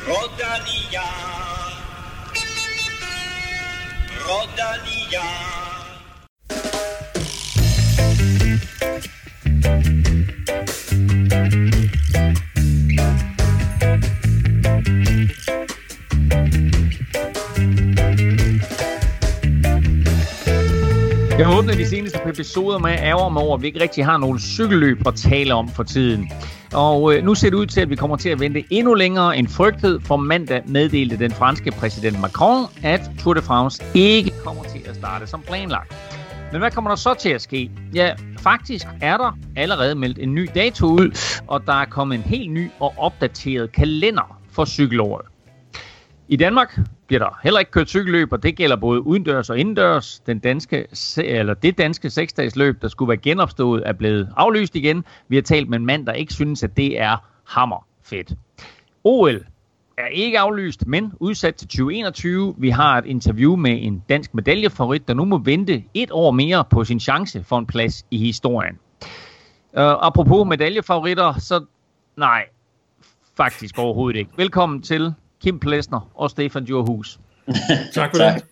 Rodalia, Rodalia. Jeg har åbnet de seneste episoder med ærger mig over, at vi ikke rigtig har nogle cykelløb at tale om for tiden. Og nu ser det ud til, at vi kommer til at vente endnu længere end frygtet, for mandag meddelte den franske præsident Macron, at Tour de France ikke kommer til at starte som planlagt. Men hvad kommer der så til at ske? Ja, faktisk er der allerede meldt en ny dato ud, og der er kommet en helt ny og opdateret kalender for cykelåret. I Danmark bliver der heller ikke kørt cykelløb, og det gælder både udendørs og indendørs. Det danske 6-dagsløb, der skulle være genopstået, er blevet aflyst igen. Vi har talt med en mand, der ikke synes, at det er hammerfedt. OL er ikke aflyst, men udsat til 2021. Vi har et interview med en dansk medaljefavorit, der nu må vente et år mere på sin chance for en plads i historien. Apropos medaljefavoritter, så nej, faktisk overhovedet ikke. Velkommen til Kim Plesner og Stefan Djurhus. Tak for det.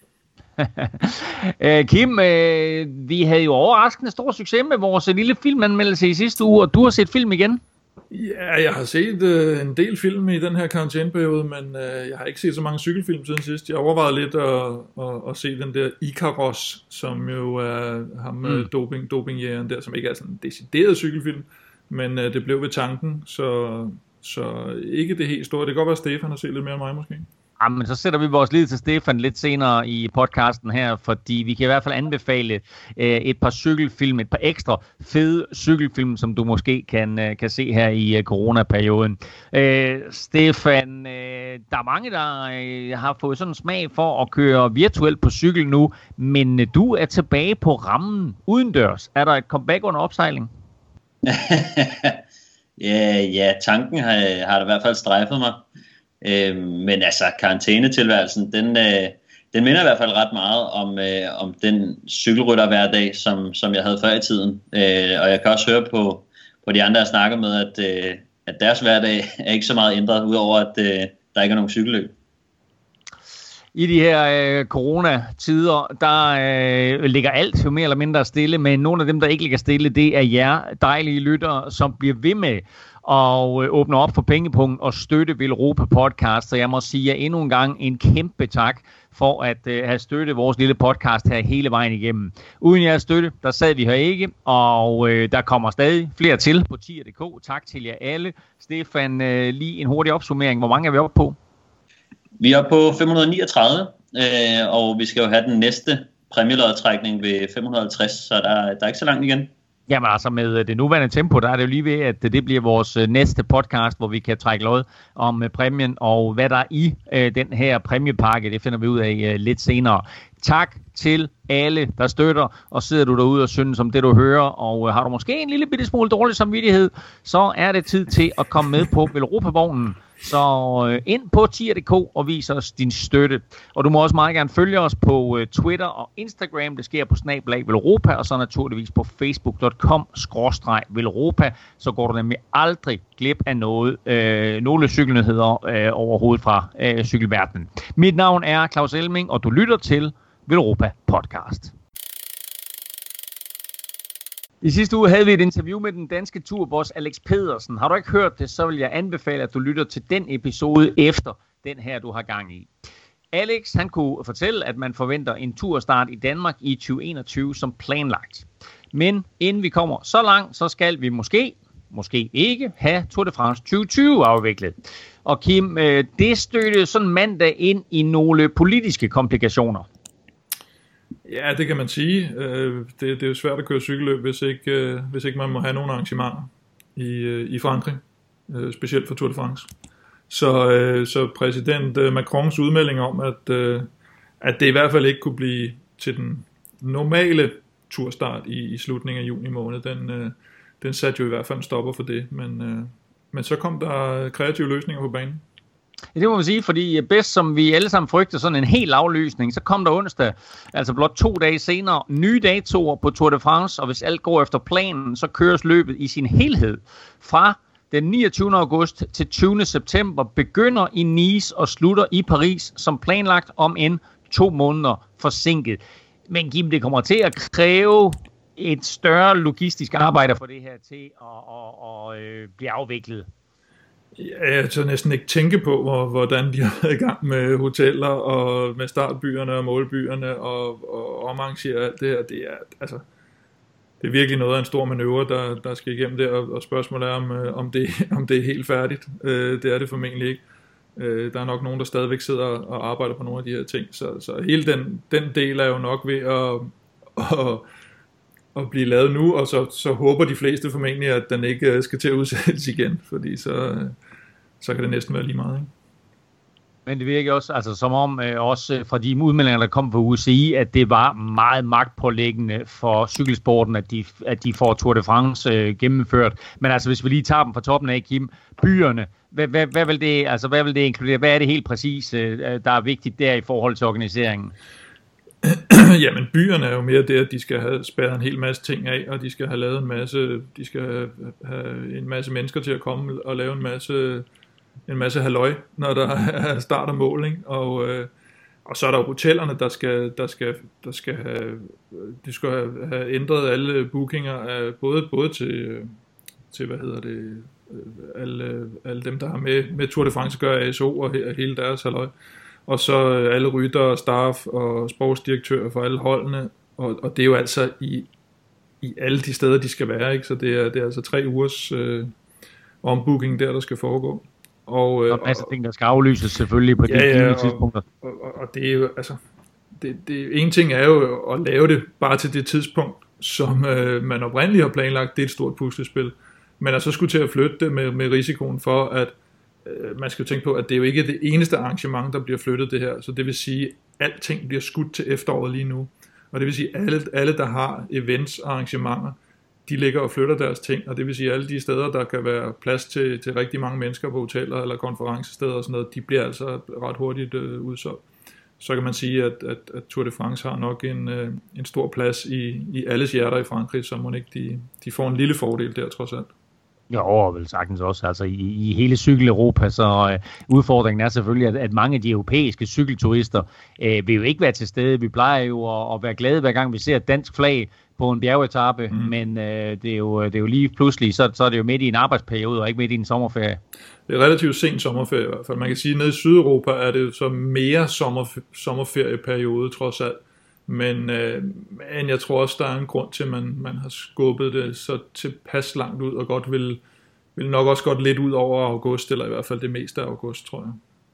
Kim, vi havde jo overraskende stor succes med vores lille filmanmeldelse i sidste uge, og du har set film igen? Ja, jeg har set en del film i den her karantæneperiode, men jeg har ikke set så mange cykelfilm siden sidst. Jeg overvejede lidt at se den der Icarus, som jo er ham dopingjægeren der, som ikke er sådan en decideret cykelfilm, men det blev ved tanken, så ikke det helt store. Det kan godt være, Stefan har set lidt mere end mig måske. Jamen, så sætter vi vores lid til Stefan lidt senere i podcasten her, fordi vi kan i hvert fald anbefale et par cykelfilm, et par ekstra fede cykelfilm, som du måske kan se her i coronaperioden. Stefan, der er mange, der har fået sådan en smag for at køre virtuelt på cykel nu, men du er tilbage på rammen udendørs. Er der et comeback under opsejling? Ja, tanken har i hvert fald strejfet mig. Men altså, karantænetilværelsen, den minder i hvert fald ret meget om den cykelrytterhverdag, som jeg havde før i tiden. Og jeg kan også høre på de andre, jeg snakker med, at deres hverdag er ikke så meget ændret, udover at der ikke er nogen cykelløb. I de her coronatider, der ligger alt jo mere eller mindre stille, men nogle af dem, der ikke ligger stille, det er jer dejlige lyttere, som bliver ved med og åbner op for pengepunkt og støtte Velropa podcast. Så jeg må sige jer endnu en gang en kæmpe tak for at have støttet vores lille podcast her hele vejen igennem. Uden jeres støtte, der sad vi her ikke, og der kommer stadig flere til på tier.dk. Tak til jer alle. Stefan, lige en hurtig opsummering. Hvor mange er vi oppe på? Vi er på 539, og vi skal jo have den næste præmielodtrækning ved 550, så der er ikke så langt igen. Jamen altså med det nuværende tempo, der er det jo lige ved, at det bliver vores næste podcast, hvor vi kan trække lod om præmien og hvad der er i den her præmiepakke. Det finder vi ud af lidt senere. Tak til alle, der støtter, og sidder du derude og synes om det, du hører, og har du måske en lille bitte smule dårlig samvittighed, så er det tid til at komme med på Velropa-vognen. Så ind på tier.dk og vis os din støtte. Og du må også meget gerne følge os på Twitter og Instagram. Det sker på @Velropa, og så naturligvis på facebook.com/Velropa. Så går du nemlig aldrig glip af nogle cykelnyheder overhovedet fra cykelverdenen. Mit navn er Claus Elming, og du lytter til Velropa podcast. I sidste uge havde vi et interview med den danske turboss Alex Pedersen. Har du ikke hørt det, så vil jeg anbefale, at du lytter til den episode efter den her, du har gang i. Alex, han kunne fortælle, at man forventer en turstart i Danmark i 2021 som planlagt. Men inden vi kommer så langt, så skal vi måske ikke have Tour de France 2020 afviklet. Og Kim, det stødte sådan mandag ind i nogle politiske komplikationer. Ja, det kan man sige. Det er jo svært at køre cykelløb, hvis ikke man må have nogle arrangementer i Frankrig, specielt for Tour de France. Så præsident Macrons udmelding om, at det i hvert fald ikke kunne blive til den normale turstart i slutningen af juni måned, den satte jo i hvert fald en stopper for det. Men så kom der kreative løsninger på banen. Ja, det må man sige, fordi bedst som vi alle sammen frygter sådan en hel aflysning, så kom der onsdag, altså blot 2 dage senere, nye datoer på Tour de France, og hvis alt går efter planen, så køres løbet i sin helhed fra den 29. august til 20. september, begynder i Nice og slutter i Paris, som planlagt om end 2 måneder forsinket. Men Kim, det kommer til at kræve et større logistisk arbejde for det her til at blive afviklet. Ja, jeg tør næsten ikke tænke på, hvordan de har været i gang med hoteller og med startbyerne og målbyerne og omarrangere alt det her. Det er virkelig noget af en stor manøvre, der skal igennem det, og spørgsmålet er, om det er helt færdigt. Det er det formentlig ikke. Der er nok nogen, der stadigvæk sidder og arbejder på nogle af de her ting. Så hele den del er jo nok ved at blive lavet nu, og så håber de fleste formentlig, at den ikke skal til at udsættes igen, fordi så kan det næsten være lige meget, ikke? Men det virker også, altså som om også fra de udmeldinger, der kom fra UCI, at det var meget magtpålæggende for cykelsporten, at de får Tour de France gennemført. Men altså hvis vi lige tager dem fra toppen af, Kim, byerne, hvad vil det inkludere? Hvad er det helt præcis, der er vigtigt der i forhold til organiseringen? Jamen byerne er jo mere det, at de skal have spærret en hel masse ting af, og de skal have lavet de skal have en masse mennesker til at komme og lave en masse halløj, når der er start og mål, ikke? Og så er der jo hotellerne, der skal have ændret alle bookinger af både til alle dem, der har med Tour de France at gøre, ASO og hele deres halløj. Og så alle ryttere, staff og sportsdirektører for alle holdene, og det er jo altså i alle de steder, de skal være, ikke? Så det er altså 3 ugers ombooking der skal foregå. Og en masse ting, der skal aflyses selvfølgelig på de givne tidspunkter. Og det er jo, altså, en ting er jo at lave det bare til det tidspunkt, som man oprindeligt har planlagt, det er et stort puslespil. Men at så skulle til at flytte det med risikoen for, at man skal jo tænke på, at det er jo ikke det eneste arrangement, der bliver flyttet det her. Så det vil sige, at alting bliver skudt til efteråret lige nu. Og det vil sige, at alle der har events og arrangementer, de ligger og flytter deres ting. Og det vil sige, at alle de steder, der kan være plads til rigtig mange mennesker på hoteller eller konferencesteder og sådan noget, de bliver altså ret hurtigt udsolgt. Så kan man sige, at Tour de France har nok en stor plads i alles hjerter i Frankrig, så må ikke de får en lille fordel der trods alt. Jo, vel sagtens også. Altså i hele cykel-Europa, så udfordringen er selvfølgelig, at mange af de europæiske cykelturister vil jo ikke være til stede. Vi plejer jo at være glade, hver gang vi ser et dansk flag på en bjergetape, men det er jo lige pludselig, så er det jo midt i en arbejdsperiode, og ikke midt i en sommerferie. Det er relativt sent sommerferie i hvert fald. Man kan sige, at nede i Sydeuropa er det jo så mere sommerferieperiode trods alt. Men jeg tror også, der er en grund til, at man har skubbet det så tilpas langt ud, og godt vil nok også godt lidt ud over august, eller i hvert fald det meste af august, tror jeg.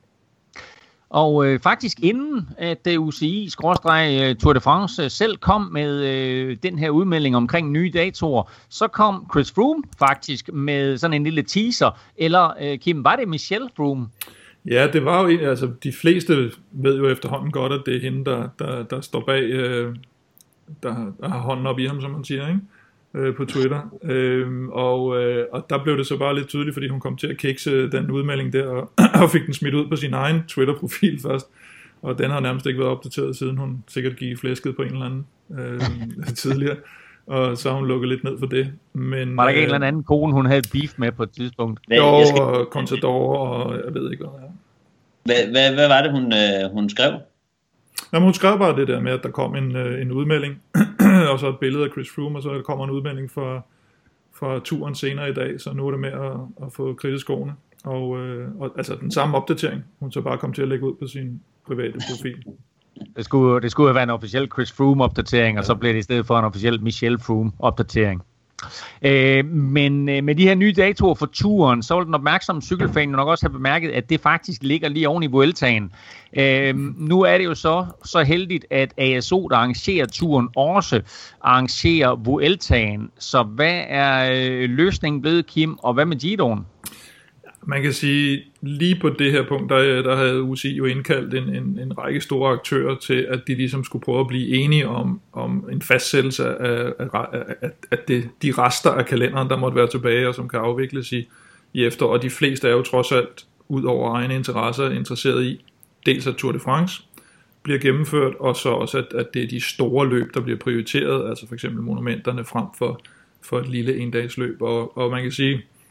Og faktisk inden at UCI-Tour de France selv kom med den her udmelding omkring nye datoer, så kom Chris Froome faktisk med sådan en lille teaser, eller Kim, var det Michelle Froome? Ja, det var jo altså de fleste ved jo efterhånden godt, at det er hende, der står bag, der har hånden op i ham, som man siger, ikke? På Twitter. Og der blev det så bare lidt tydeligt, fordi hun kom til at kikse den udmelding der, og fik den smidt ud på sin egen Twitter-profil først. Og den har nærmest ikke været opdateret, siden hun sikkert gik flæsket på en eller anden tidligere. Og så har hun lukket lidt ned for det. Men, var der ikke en eller anden kone, hun havde beef med på et tidspunkt? Jo, og Contador, og jeg ved ikke, hvad det er. Hvad var det, hun skrev? Jamen, hun skrev bare det der med, at der kom en udmelding, og så et billede af Chris Froome, og så kommer en udmelding fra turen senere i dag, så nu er det med at få kridtet skoene. Og altså den samme opdatering, hun så bare kom til at lægge ud på sin private profil. Det skulle have været en officiel Chris Froome-opdatering, og så blev det i stedet for en officiel Michelle Froome-opdatering. Men med de her nye datoer for turen, så vil den opmærksomme cykelfan nok også have bemærket, at det faktisk ligger lige oven i Vueltaen. Nu er det jo så heldigt, at ASO, der arrangerer turen, også arrangerer Vueltaen. Så hvad er løsningen blevet, Kim, og hvad med Giroen? Man kan sige, lige på det her punkt, der havde UCI jo indkaldt en række store aktører til, at de ligesom skulle prøve at blive enige om en fastsættelse af de rester af kalenderen, der måtte være tilbage, og som kan afvikles i efteråret. Og de fleste er jo trods alt, ud over egne interesser, interesseret i, dels at Tour de France bliver gennemført, og så også, at det er de store løb, der bliver prioriteret, altså for eksempel monumenterne frem for et lille endagsløb. Og man kan sige,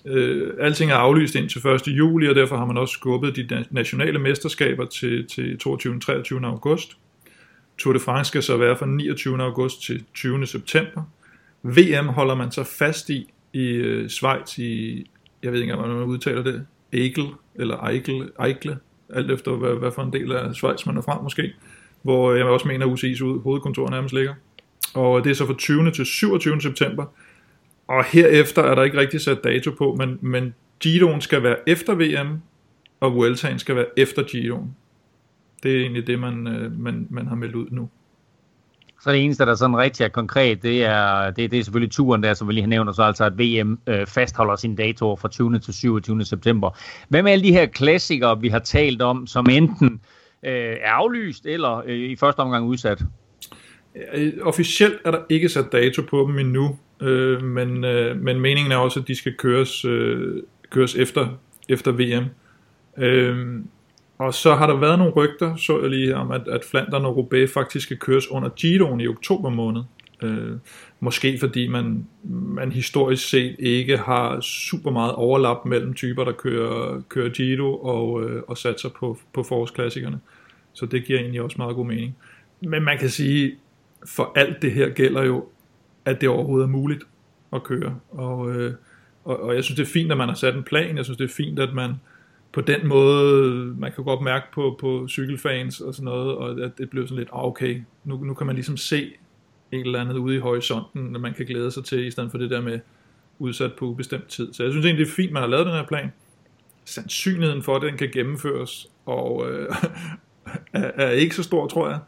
Alting er aflyst ind til 1. juli, og derfor har man også skubbet de nationale mesterskaber til 22. og 23. august. Tour de France skal så være fra 29. august til 20. september. VM holder man så fast i Schweiz i, jeg ved ikke engang, hvordan man udtaler det, Eigle, alt efter hvad for en del af Schweiz man er frem måske, hvor jeg også mener, at UCI's hovedkontor nærmest ligger. Og det er så fra 20. til 27. september. Og herefter er der ikke rigtig sat dato på, men Giroen skal være efter VM, og Vueltaen skal være efter Giroen. Det er egentlig det, man har meldt ud nu. Så det eneste, der sådan rigtig er konkret, det er selvfølgelig turen der, som vi lige har nævnt, og så altså at VM fastholder sine datoer fra 20. til 27. september. Hvad med alle de her klassikere, vi har talt om, som enten er aflyst eller i første omgang udsat? Officielt er der ikke sat dato på dem endnu, men meningen er også, at de skal køres efter VM. Og så har der været nogle rygter, så jeg lige om, at Flandern og Roubaix faktisk skal køres under Giroen i oktober måned. Måske fordi man historisk set ikke har super meget overlap mellem typer, der kører Giro og satser på forårsklassikerne. Så det giver egentlig også meget god mening. Men man kan sige, for alt det her gælder jo, at det overhovedet er muligt at køre. Og jeg synes, det er fint, at man har sat en plan. Jeg synes, det er fint, at man på den måde, man kan godt mærke på cykelfans og sådan noget, og at det bliver sådan lidt, okay, nu kan man ligesom se et eller andet ude i horisonten, at man kan glæde sig til, i stedet for det der med udsat på ubestemt tid. Så jeg synes egentlig, det er fint, man har lavet den her plan. Sandsynligheden for, at den kan gennemføres, og er ikke så stor, tror jeg.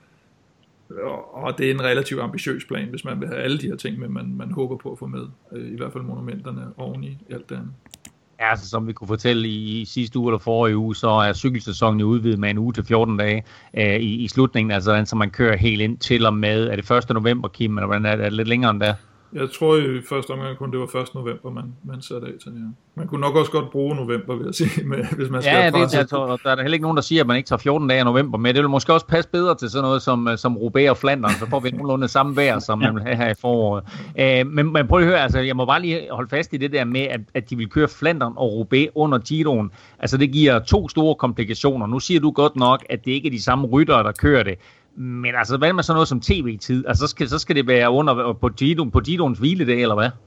Og det er en relativt ambitiøs plan, hvis man vil have alle de her ting, men man håber på at få med, i hvert fald monumenterne oveni alt det andet. Ja, altså, som vi kunne fortælle i sidste uge eller forrige uge, så er cykelsæsonen udvidet med en uge til 14 dage i slutningen, altså så man kører helt ind til og med, er det 1. november, Kim, eller hvordan er det lidt længere end der? Jeg tror i første omgang kun det var 1. november, man satte af til det. Ja. Man kunne nok også godt bruge november, vil jeg sige, hvis man skal der er der heller ikke nogen, der siger, at man ikke tager 14 dage i november med. Det vil måske også passe bedre til sådan noget som Roubaix og Flandern, så får vi nogenlunde samme vejr, som man vil have her i foråret. Men prøv at høre, altså, jeg må bare lige holde fast i det der med, at de vil køre Flandern og Roubaix under Giroen. Altså det giver 2 store komplikationer. Nu siger du godt nok, at det ikke er de samme ryttere, der kører det. Men altså, hvad med sådan noget som tv-tid? Altså, så skal det være under på Giroens hviledag, eller hvad?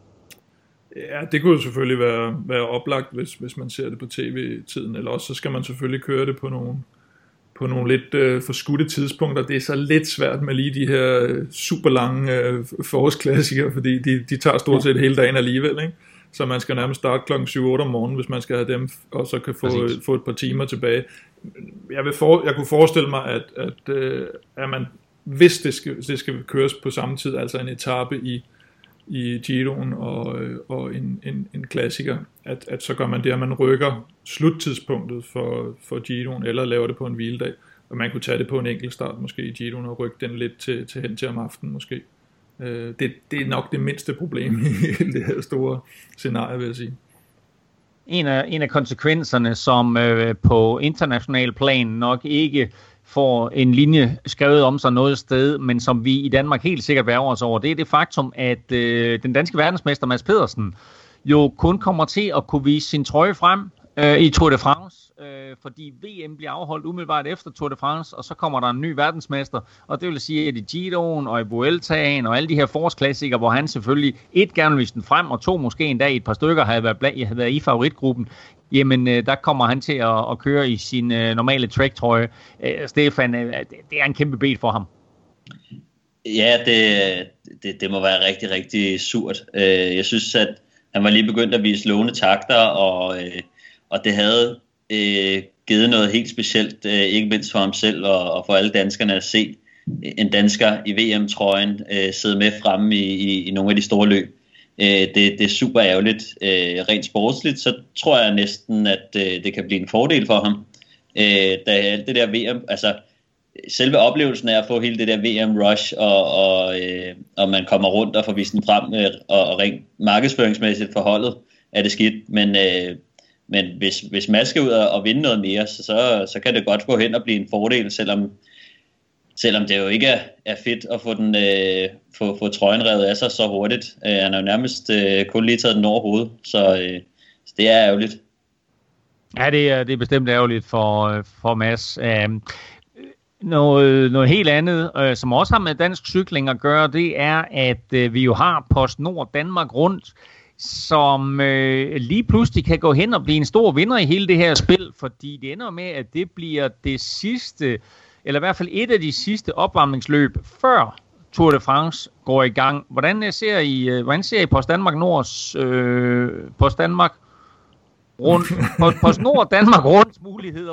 Ja, det kunne jo selvfølgelig være oplagt, hvis man ser det på tv-tiden. Eller også, så skal man selvfølgelig køre det på nogle lidt forskudte tidspunkter. Det er så lidt svært med lige de her super lange forårsklassikere, fordi de tager stort set hele dagen alligevel, ikke? Så man skal nærmest starte klokken 7-8 om morgenen, hvis man skal have dem, og så kan få et par timer tilbage. Jeg kunne forestille mig, at man, hvis det skal køres på samme tid, altså en etape i Giroen og en klassiker, at så gør man det, at man rykker sluttidspunktet for Giroen, eller laver det på en hviledag, og man kunne tage det på en enkelt start måske i Giroen og rykke den lidt til hen til om aftenen måske. Det er nok det mindste problem i det her store scenarie, vil jeg sige. En af konsekvenserne, som på international plan nok ikke får en linje skrevet om sig noget sted, men som vi i Danmark helt sikkert værger os over, det er det faktum, at den danske verdensmester Mads Pedersen jo kun kommer til at kunne vise sin trøje frem i Tour de France, fordi VM bliver afholdt umiddelbart efter Tour de France, og så kommer der en ny verdensmester, og det vil sige, at i Giroen og i Vueltaen og alle de her forårsklassikere, hvor han selvfølgelig gerne vil vise den frem, og 2 måske endda i et par stykker havde været i favoritgruppen, jamen der kommer han til at køre i sin normale tracktrøje. Stefan, det er en kæmpe bed for ham. Ja, det må være rigtig, rigtig surt. Jeg synes, at han var lige begyndt at vise lovende takter, og det havde givet noget helt specielt, ikke mindst for ham selv og for alle danskerne at se en dansker i VM-trøjen sidde med fremme i nogle af de store løb. Det er super ærgerligt. Rent sportsligt, så tror jeg næsten, at det kan blive en fordel for ham. Da alt det der VM, altså selve oplevelsen af at få hele det der VM-rush, og man kommer rundt og får vist den frem, og rent markedsføringsmæssigt for holdet, er det skidt. Men hvis man skal ud og vinde noget mere, så kan det godt gå hen og blive en fordel, selvom det jo ikke er fedt at få trøjen revet af sig så hurtigt. Han har jo nærmest kun lige taget den over hovedet, Så det er ærgerligt. Ja, det er bestemt ærgerligt for Mads. Noget helt andet, som også har med dansk cykling at gøre, det er, at vi jo har PostNord Danmark Rundt, som lige pludselig kan gå hen og blive en stor vinder i hele det her spil, fordi det ender med, at det bliver det sidste, eller i hvert fald et af de sidste opvarmningsløb, før Tour de France går i gang. Hvordan ser I Post Danmark Nords Post Danmark rundt, PostNord Danmark Rundt muligheder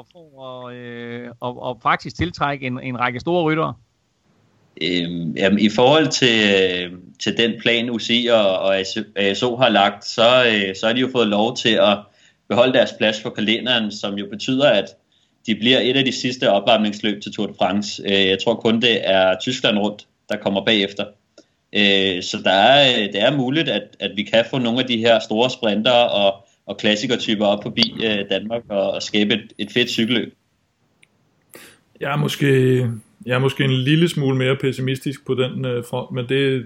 for at faktisk tiltrække en række store ryttere? Jamen, i forhold til den plan UCI og ASO har lagt, så har de jo fået lov til at beholde deres plads på kalenderen, som jo betyder, at de bliver et af de sidste opvarmningsløb til Tour de France. Jeg tror kun det er Tyskland rundt, der kommer bagefter. Så det er muligt, at vi kan få nogle af de her store sprinter og klassikertyper op forbi Danmark og skabe et fedt cykelløb. Jeg er måske en lille smule mere pessimistisk på den front, men det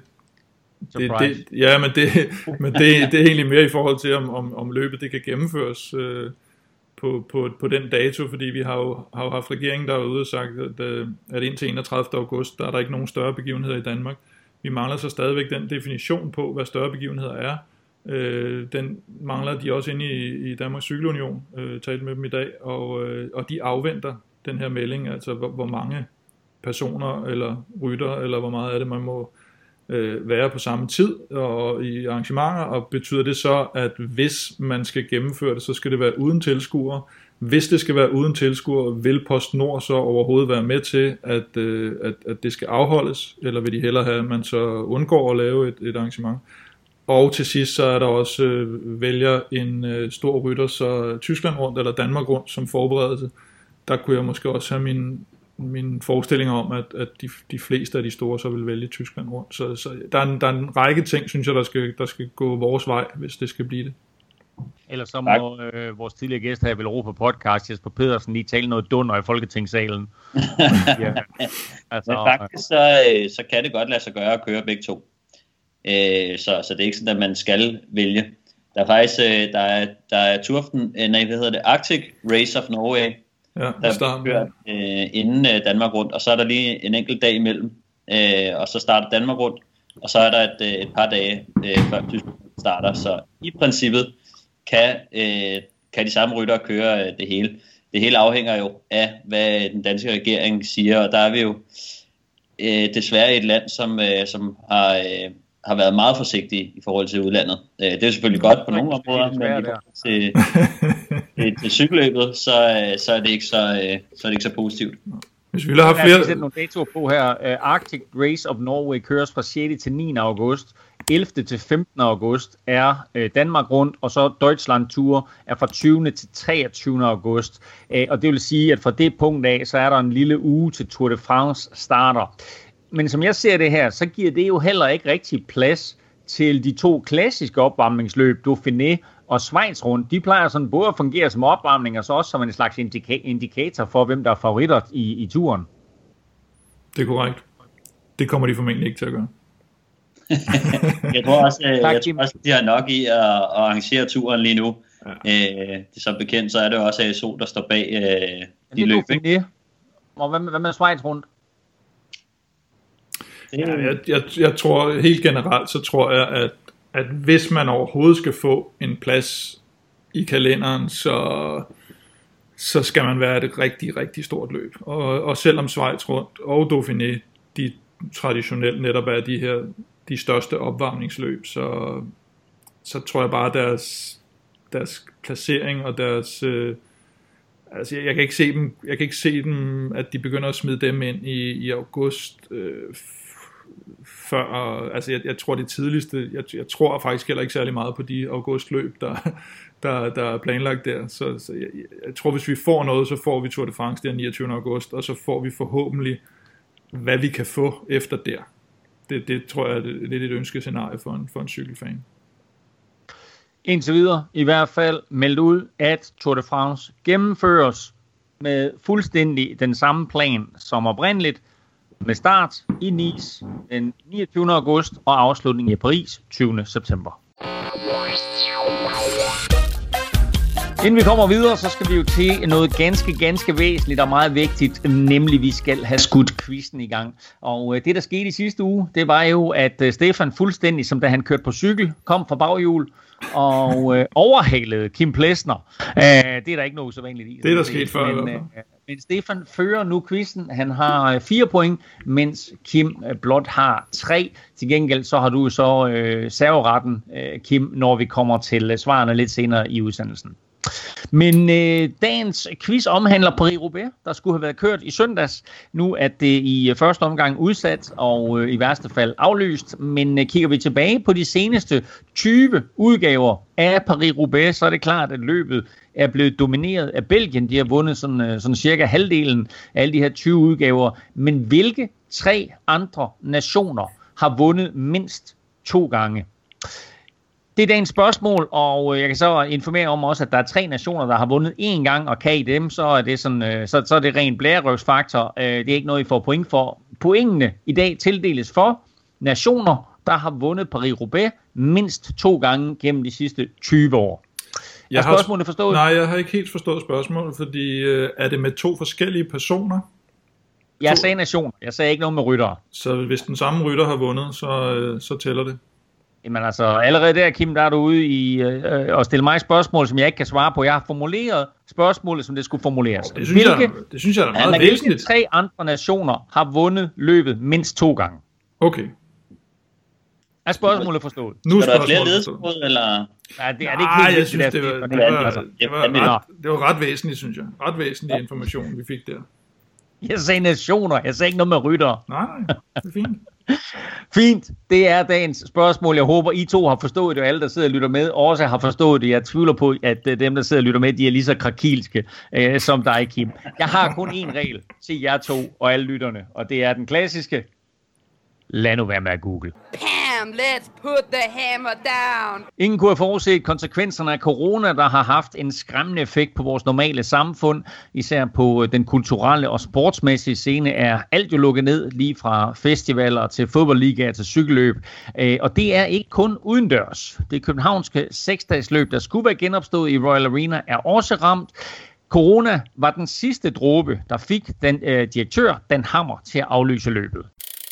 er egentlig mere i forhold til, om løbet det kan gennemføres på den dato, fordi vi har jo haft regeringen, der er ude og sagt, at indtil 31. august, der er der ikke nogen større begivenheder i Danmark. Vi mangler så stadigvæk den definition på, hvad større begivenheder er. Den mangler de også inde i Danmarks Cykelunion, talte med dem i dag, og de afventer den her melding, altså hvor mange personer eller rytter, eller hvor meget af det man må være på samme tid og i arrangementer, og betyder det så, at hvis man skal gennemføre det, så skal det være uden tilskuere. Hvis det skal være uden tilskuere, vil PostNord så overhovedet være med til, at det skal afholdes, eller vil de hellere have, at man så undgår at lave et arrangement? Og til sidst så er der også vælger en stor rytter, så Tyskland rundt eller Danmark rundt som forberedelse. Der kunne jeg måske også have min forestillinger om, at de fleste af de store så vil vælge Tyskland rundt. Så der er en række ting, synes jeg, der skal gå vores vej, hvis det skal blive det. Ellers så må vores tidligere gæst her i Europa Podcast, Jesper Pedersen, lige tale noget dunder i Folketingssalen. Ja, altså, men faktisk så kan det godt lade sig gøre at køre begge to. Så det er ikke sådan, at man skal vælge. Der er faktisk der er Arctic Race of Norway, der bliver kørt inden Danmark rundt, og så er der lige en enkelt dag imellem, og så starter Danmark rundt, og så er der et par dage før Tyskland starter, så i princippet kan de samme ryttere køre det hele. Det hele afhænger jo af, hvad den danske regering siger, og der er vi jo desværre et land, som har været meget forsigtige i forhold til udlandet. Det er selvfølgelig godt på nogle områder, men i forhold til cykelløbet, så er det ikke så positivt. Hvis vi vil have flere... Jeg skal sætte nogle datoer på her. Arctic Race of Norway køres fra 6. til 9. august. 11. til 15. august er Danmark rundt, og så Deutschland Tour er fra 20. til 23. august. Og det vil sige, at fra det punkt af, så er der en lille uge til Tour de France starter. Men som jeg ser det her, så giver det jo heller ikke rigtig plads til de to klassiske opvarmningsløb, Dauphiné og Schweiz rundt. De plejer sådan både at fungere som opvarmning, og så også som en slags indikator for, hvem der er favoritter i turen. Det er korrekt. Det kommer de formentlig ikke til at gøre. Jeg tror også, de har nok i at arrangere turen lige nu. Ja. Som bekendt, så er det også ASO, der står bag de løb. Og hvad med Schweiz rundt? Jeg tror helt generelt, så tror jeg, at hvis man overhovedet skal få en plads i kalenderen, så skal man være et rigtig, rigtig stort løb. Og selvom Schweiz rundt og Dauphiné, de traditionelt netop er de største opvarmningsløb, så tror jeg bare, deres placering og deres... altså jeg kan ikke se dem, at de begynder at smide dem ind i august før, altså jeg tror det tidligste, jeg tror faktisk heller ikke særlig meget på de augustløb, der er planlagt der, så jeg tror, hvis vi får noget, så får vi Tour de France der 29. august, og så får vi forhåbentlig, hvad vi kan få efter der. Det tror jeg er lidt et ønskescenarie for en cykelfan. Indtil videre i hvert fald meldt ud, at Tour de France gennemføres med fuldstændig den samme plan som oprindeligt, med start i Nice den 29. august og afslutning i Paris 20. september. Inden vi kommer videre, så skal vi jo til noget ganske væsentligt og meget vigtigt, nemlig vi skal have skudt quizzen i gang. Og det, der skete i sidste uge, det var jo, at Stefan fuldstændig, som da han kørte på cykel, kom fra baghjul og overhalede Kim Plesner. Det er der ikke noget så vanligt i. Det er der sket før. Men Stefan fører nu quizzen. Han har 4 point, mens Kim blot har 3. Til gengæld så har du så serveretten, Kim, når vi kommer til svarene lidt senere i udsendelsen. Men dagens quiz omhandler Paris-Roubaix, der skulle have været kørt i søndags. Nu er det i første omgang udsat og i værste fald aflyst. Men kigger vi tilbage på de seneste 20 udgaver af Paris-Roubaix, så er det klart, at løbet er blevet domineret af Belgien. De har vundet sådan cirka halvdelen af alle de her 20 udgaver. Men hvilke 3 andre nationer har vundet mindst 2 gange? Det er dagens spørgsmål, og jeg kan så informere om også, at der er 3 nationer, der har vundet 1 gang, og kan i dem, så er det sådan, så er det ren blærerøvsfaktor. Det er ikke noget, I får point for. Pointene i dag tildeles for nationer, der har vundet Paris-Roubaix mindst 2 gange gennem de sidste 20 år. Er spørgsmålet forstået? Nej, jeg har ikke helt forstået spørgsmålet, fordi er det med 2 forskellige personer? Jeg sagde nationer. Jeg sagde ikke noget med ryttere. Så hvis den samme rytter har vundet, så tæller det. Jamen altså, allerede der, Kim, der er du ude i at stille mig spørgsmål, som jeg ikke kan svare på. Jeg har formuleret spørgsmålet, som det skulle formuleres. Det synes jeg er meget væsentligt. Hvilke 3 andre nationer har vundet løbet mindst 2 gange? Okay. Er spørgsmålet forstået? Nu skal der være flere ledelsesråd, eller? Nej, det er det ikke helt. Jeg synes, det var ret væsentligt, synes jeg. Ret væsentlig information, vi fik der. Jeg sagde nationer. Jeg sagde ikke noget med ryttere. Nej, det er fint. Fint, det er dagens spørgsmål. Jeg håber, I 2 har forstået det, og alle, der sidder og lytter med, også har forstået det. Jeg tvivler på, at dem, der sidder og lytter med, de er lige så krakilske som dig, Kim. Jeg har kun én regel til jer 2 og alle lytterne, og det er den klassiske. Lad nu være med at google. Pam, let's put the hammer down. Ingen kunne have forudset konsekvenserne af corona, der har haft en skræmmende effekt på vores normale samfund. Især på den kulturelle og sportsmæssige scene er alt jo lukket ned, lige fra festivaler til fodboldligaer til cykelløb. Og det er ikke kun udendørs. Det københavnske 6-dagsløb, der skulle være genopstået i Royal Arena, er også ramt. Corona var den sidste dråbe, der fik den direktør Dan Hammer til at aflyse løbet.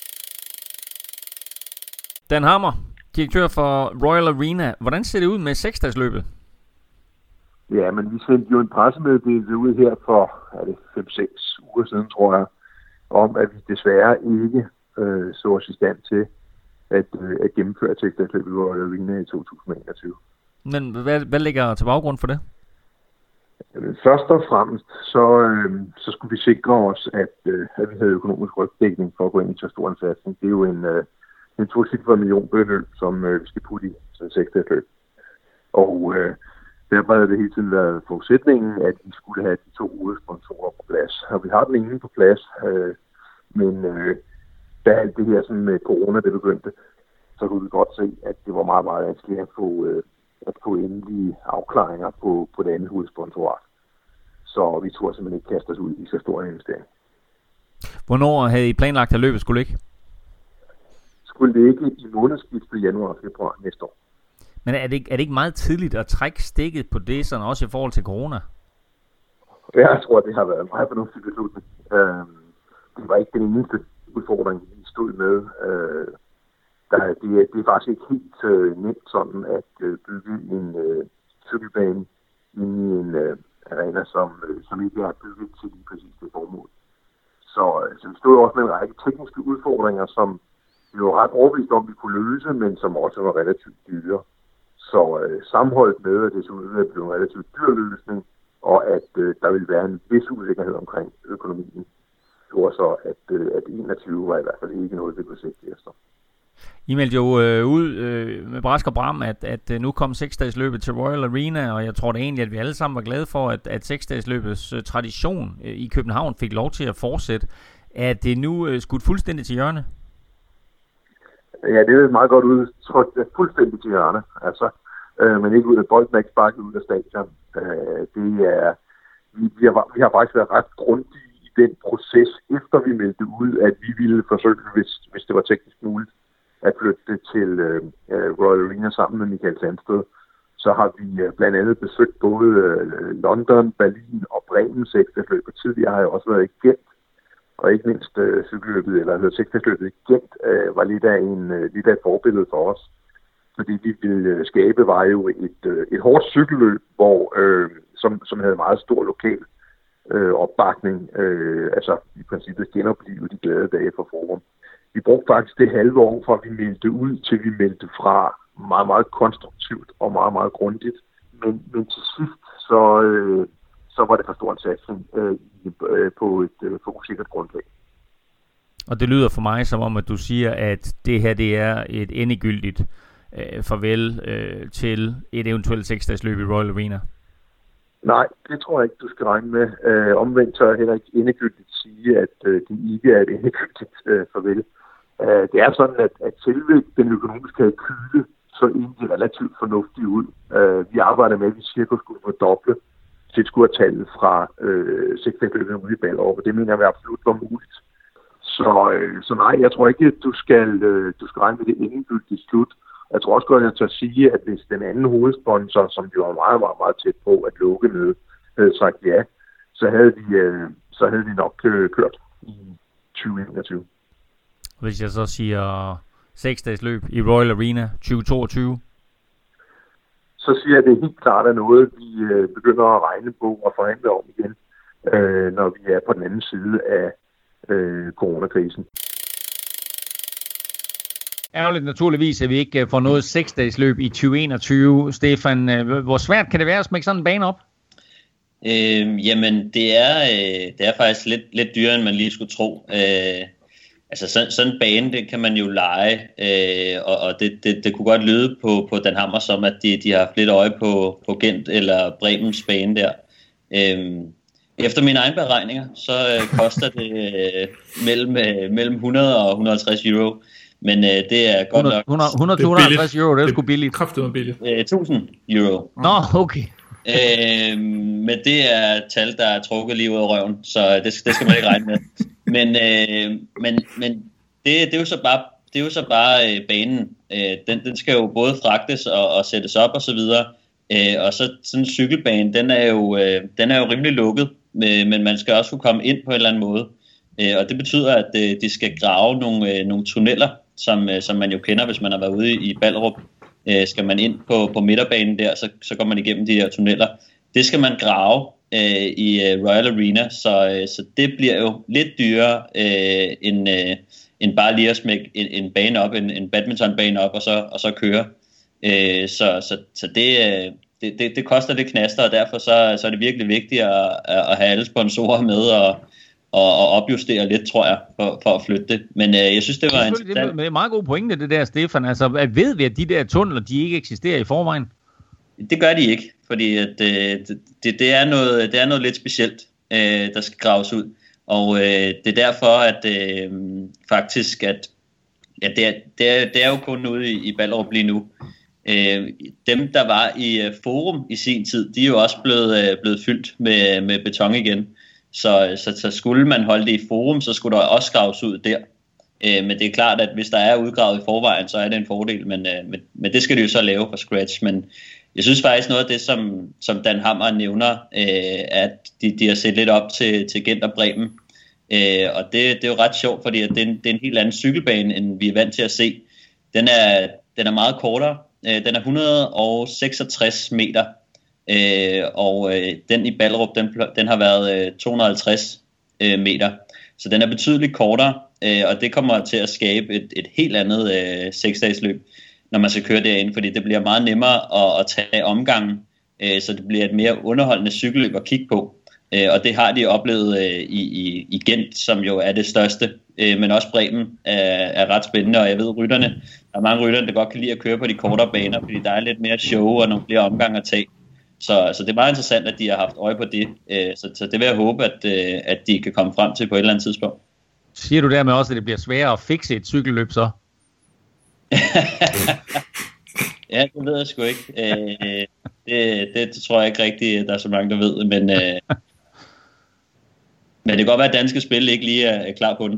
Dan Hammer, direktør for Royal Arena. Hvordan ser det ud med 6-dagsløbet? Ja, men vi sendte jo en pressemeddelelse ud her for 5-6 uger siden, tror jeg, om at vi desværre ikke så os i stand til at gennemføre 6-dagsløbet i Royal Arena i 2021. Men hvad ligger til baggrund for det? Først og fremmest, så skulle vi sikre os, at vi havde økonomisk rygdækning for at gå ind i så stor en satsning. Det er jo en 2-cifret millionbeløb, som vi skal putte i sådan et 6-dagsløb. Og derfor havde det hele tiden været forudsætningen, at vi skulle have de 2 hovedsponsorer på plads. Og vi har den ene på plads, men da alt det her sådan med corona det begyndte, så kunne vi godt se, at det var meget, meget vanskeligt at få endelige afklaringer på det andet hovedsponsorat. Så vi turde simpelthen ikke kaste os ud i så stor en investering. Hvornår havde I planlagt, at løbet skulle ligge? Skulle det ikke i månedsskiftet januar og februar næste år. Men er det ikke meget tidligt at trække stikket på det, sådan også i forhold til corona? Jeg tror, det har været en meget fornuftig beslutning. Det var ikke den eneste udfordring, vi stod med. Det er faktisk ikke helt nemt sådan at bygge en cykelbane inde i en arena, som ikke er bygget til lige præcis det formål. Så vi stod også med en række tekniske udfordringer, som vi var ret overbevist om, vi kunne løse, men som også var relativt dyre. Så sammenholdt med, at det så ud at blive en relativt dyr løsning, og at der ville være en vis usikkerhed omkring økonomien, gjorde så, at 21 var i hvert fald ikke noget, vi kunne se efter. I meldte jo ud med brask og bram, at nu kom 6-dagsløbet til Royal Arena, og jeg tror da egentlig, at vi alle sammen var glade for, at 6-dagsløbets tradition i København fik lov til at fortsætte. Er det nu skudt fuldstændig til hjørne? Ja, det er et meget godt udtryk. Det er fuldstændig til hjørne. Altså, men ikke ud af bolden, ikke sparket ud af stadion. Vi har faktisk været ret grundige i den proces, efter vi meldte ud, at vi ville forsøge, hvis det var teknisk muligt, at flytte det til Royal Arena sammen med Michael Sandsted, så har vi blandt andet besøgt både London, Berlin og Bremen seksdagsløb. Og tidligere har jeg også været i Gent, og ikke mindst cykelløbet, eller seksdagsløbet i Gent, var lidt af et forbillede for os. Fordi vi ville skabe var jo et hårdt cykelløb, som havde meget stor lokal opbakning, altså i princippet genopleve de glade dage for Forum. Vi brugte faktisk det halve år, fra vi meldte ud, til vi meldte fra, meget, meget konstruktivt og meget, meget grundigt. Men til sidst, så var det for stor en satsning på et fokuseret grundlag. Og det lyder for mig som om, at du siger, at det her det er et endegyldigt farvel til et eventuelt seksdagsløb i Royal Arena. Nej, det tror jeg ikke, du skal regne med. Omvendt så er jeg heller ikke endegyldigt sige, at det ikke er et endegyldigt farvel. Det er sådan, at selve den økonomiske kalkyle så egentlig relativt fornuftigt ud. Vi arbejder med, at vi cirka skulle fordoble tilskuertallet fra seksdagsløbet ude i Ballerup, og det mener jeg absolut var muligt. Så nej, jeg tror ikke, at du skal regne med det endegyldige slut. Jeg tror også godt, at jeg tør sige, at hvis den anden hovedsponsor, som jo var meget, meget, meget tæt på at lukke med, havde sagt ja, så havde vi nok kørt i 2021. Hvis jeg så siger 6-dagsløb i Royal Arena 2022? Så siger jeg, at det helt klart er noget, vi begynder at regne på og forhandle om igen, når vi er på den anden side af coronakrisen. Ærgerligt naturligvis, at vi ikke får noget 6-dagsløb i 2021. Stefan, hvor svært kan det være at smække sådan en bane op? Jamen, det er faktisk lidt dyrere, end man lige skulle tro. Altså sådan en bane, det kan man jo leje, og det kunne godt lyde på Dan Hammer som, at de har haft lidt øje på Gent eller Bremens bane der. Efter mine egne beregninger, så koster det mellem 100 og 150 euro. Men det er godt nok... 100-150 euro, det er sgu billigt. Kraftigt billigt. 1000 euro. Nå, okay. Men det er tal, der er trukket lige ud af røven, så det skal man ikke regne med. Men det er jo så bare banen. Den skal jo både fragtes og sættes op og så videre. Og så sådan en cykelbane, den er jo rimelig lukket, men man skal også kunne komme ind på en eller anden måde. Og det betyder, at de skal grave nogle tunneller, som man jo kender, hvis man har været ude i Ballerup. Skal man ind på midterbanen der, så går man igennem de her tunneller. Det skal man grave i Royal Arena, så det bliver jo lidt dyrere end bare lige at smække en bane op, en badmintonbane op og så køre. Så det koster lidt knaster, og derfor så er det virkelig vigtigt at have alle sponsorer med og opjustere lidt, tror jeg, for at flytte det. Men jeg synes, det var interessant. Det er meget god pointe, det der, Stefan. Altså, ved vi, at de der tunneler, de ikke eksisterer i forvejen? Det gør de ikke, fordi at, det er noget lidt specielt, der skal graves ud. Og det er derfor, at faktisk, at det er jo kun ude i Ballerup lige nu. Dem, der var i Forum i sin tid, de er jo også blevet fyldt med beton igen. Så skulle man holde det i Forum, så skulle der også graves ud der. Men det er klart, at hvis der er udgravet i forvejen, så er det en fordel. Men det skal de jo så lave fra scratch. Men jeg synes faktisk noget af det, som Dan Hammer nævner, at de har set lidt op til Gent og Bremen. Og det er jo ret sjovt, fordi at det er en helt anden cykelbane, end vi er vant til at se. Den er meget kortere. Den er 166 meter. Og den i Ballerup, den har været 250 meter. Så den er betydeligt kortere, og det kommer til at skabe et helt andet seksdagsløb, når man skal køre derind, fordi det bliver meget nemmere at tage omgangen, så det bliver et mere underholdende cykelløb at kigge på. Og det har de oplevet i Gent, som jo er det største, men også Bremen er ret spændende, og jeg ved rytterne, der er mange rytter, der godt kan lide at køre på de kortere baner, fordi der er lidt mere show og nogle flere omgange at tage. Så det er meget interessant, at de har haft øje på det. Så det vil jeg håbe, at de kan komme frem til på et eller andet tidspunkt. Siger du dermed også, at det bliver sværere at fikse et cykelløb så? Ja, det ved jeg sgu ikke. Det tror jeg ikke rigtigt, at der er så mange, der ved. Men det kan godt være, at danske spil ikke lige er klar på den.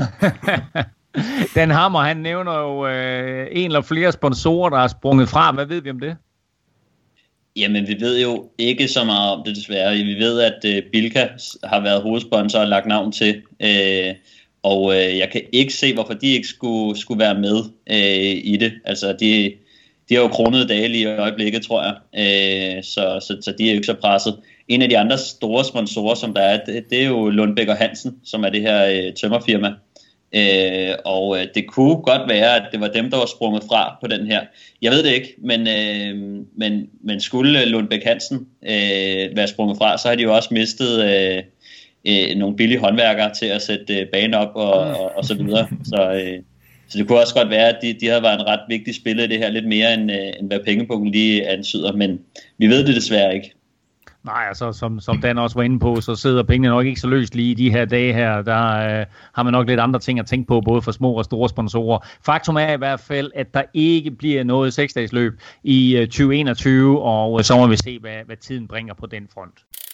Dan Hammer, han nævner jo en eller flere sponsorer, der er sprunget fra. Hvad ved vi om det? Jamen, vi ved jo ikke så meget om det desværre. Vi ved, at Bilka har været hovedsponsor og lagt navn til, og jeg kan ikke se, hvorfor de ikke skulle være med i det. Altså, de har jo kronede dage lige i øjeblikket, tror jeg, så de er jo ikke så presset. En af de andre store sponsorer, som der er, det er jo Lundbæk og Hansen, som er det her tømmerfirma. Og det kunne godt være, at det var dem, der var sprunget fra på den her. Jeg ved det ikke, men skulle Lundbæk Hansen være sprunget fra, så har de jo også mistet nogle billige håndværkere til at sætte banen op og så videre. Så det kunne også godt være, at de havde været en ret vigtig spiller i det her, lidt mere end hvad pengepunkten lige antyder, men vi ved det desværre ikke. Nej, altså som Dan også var inde på, så sidder pengene nok ikke så løst lige i de her dage her. Der har man nok lidt andre ting at tænke på, både for små og store sponsorer. Faktum er i hvert fald, at der ikke bliver noget 6-dagsløb i 2021, og så må vi se, hvad tiden bringer på den front.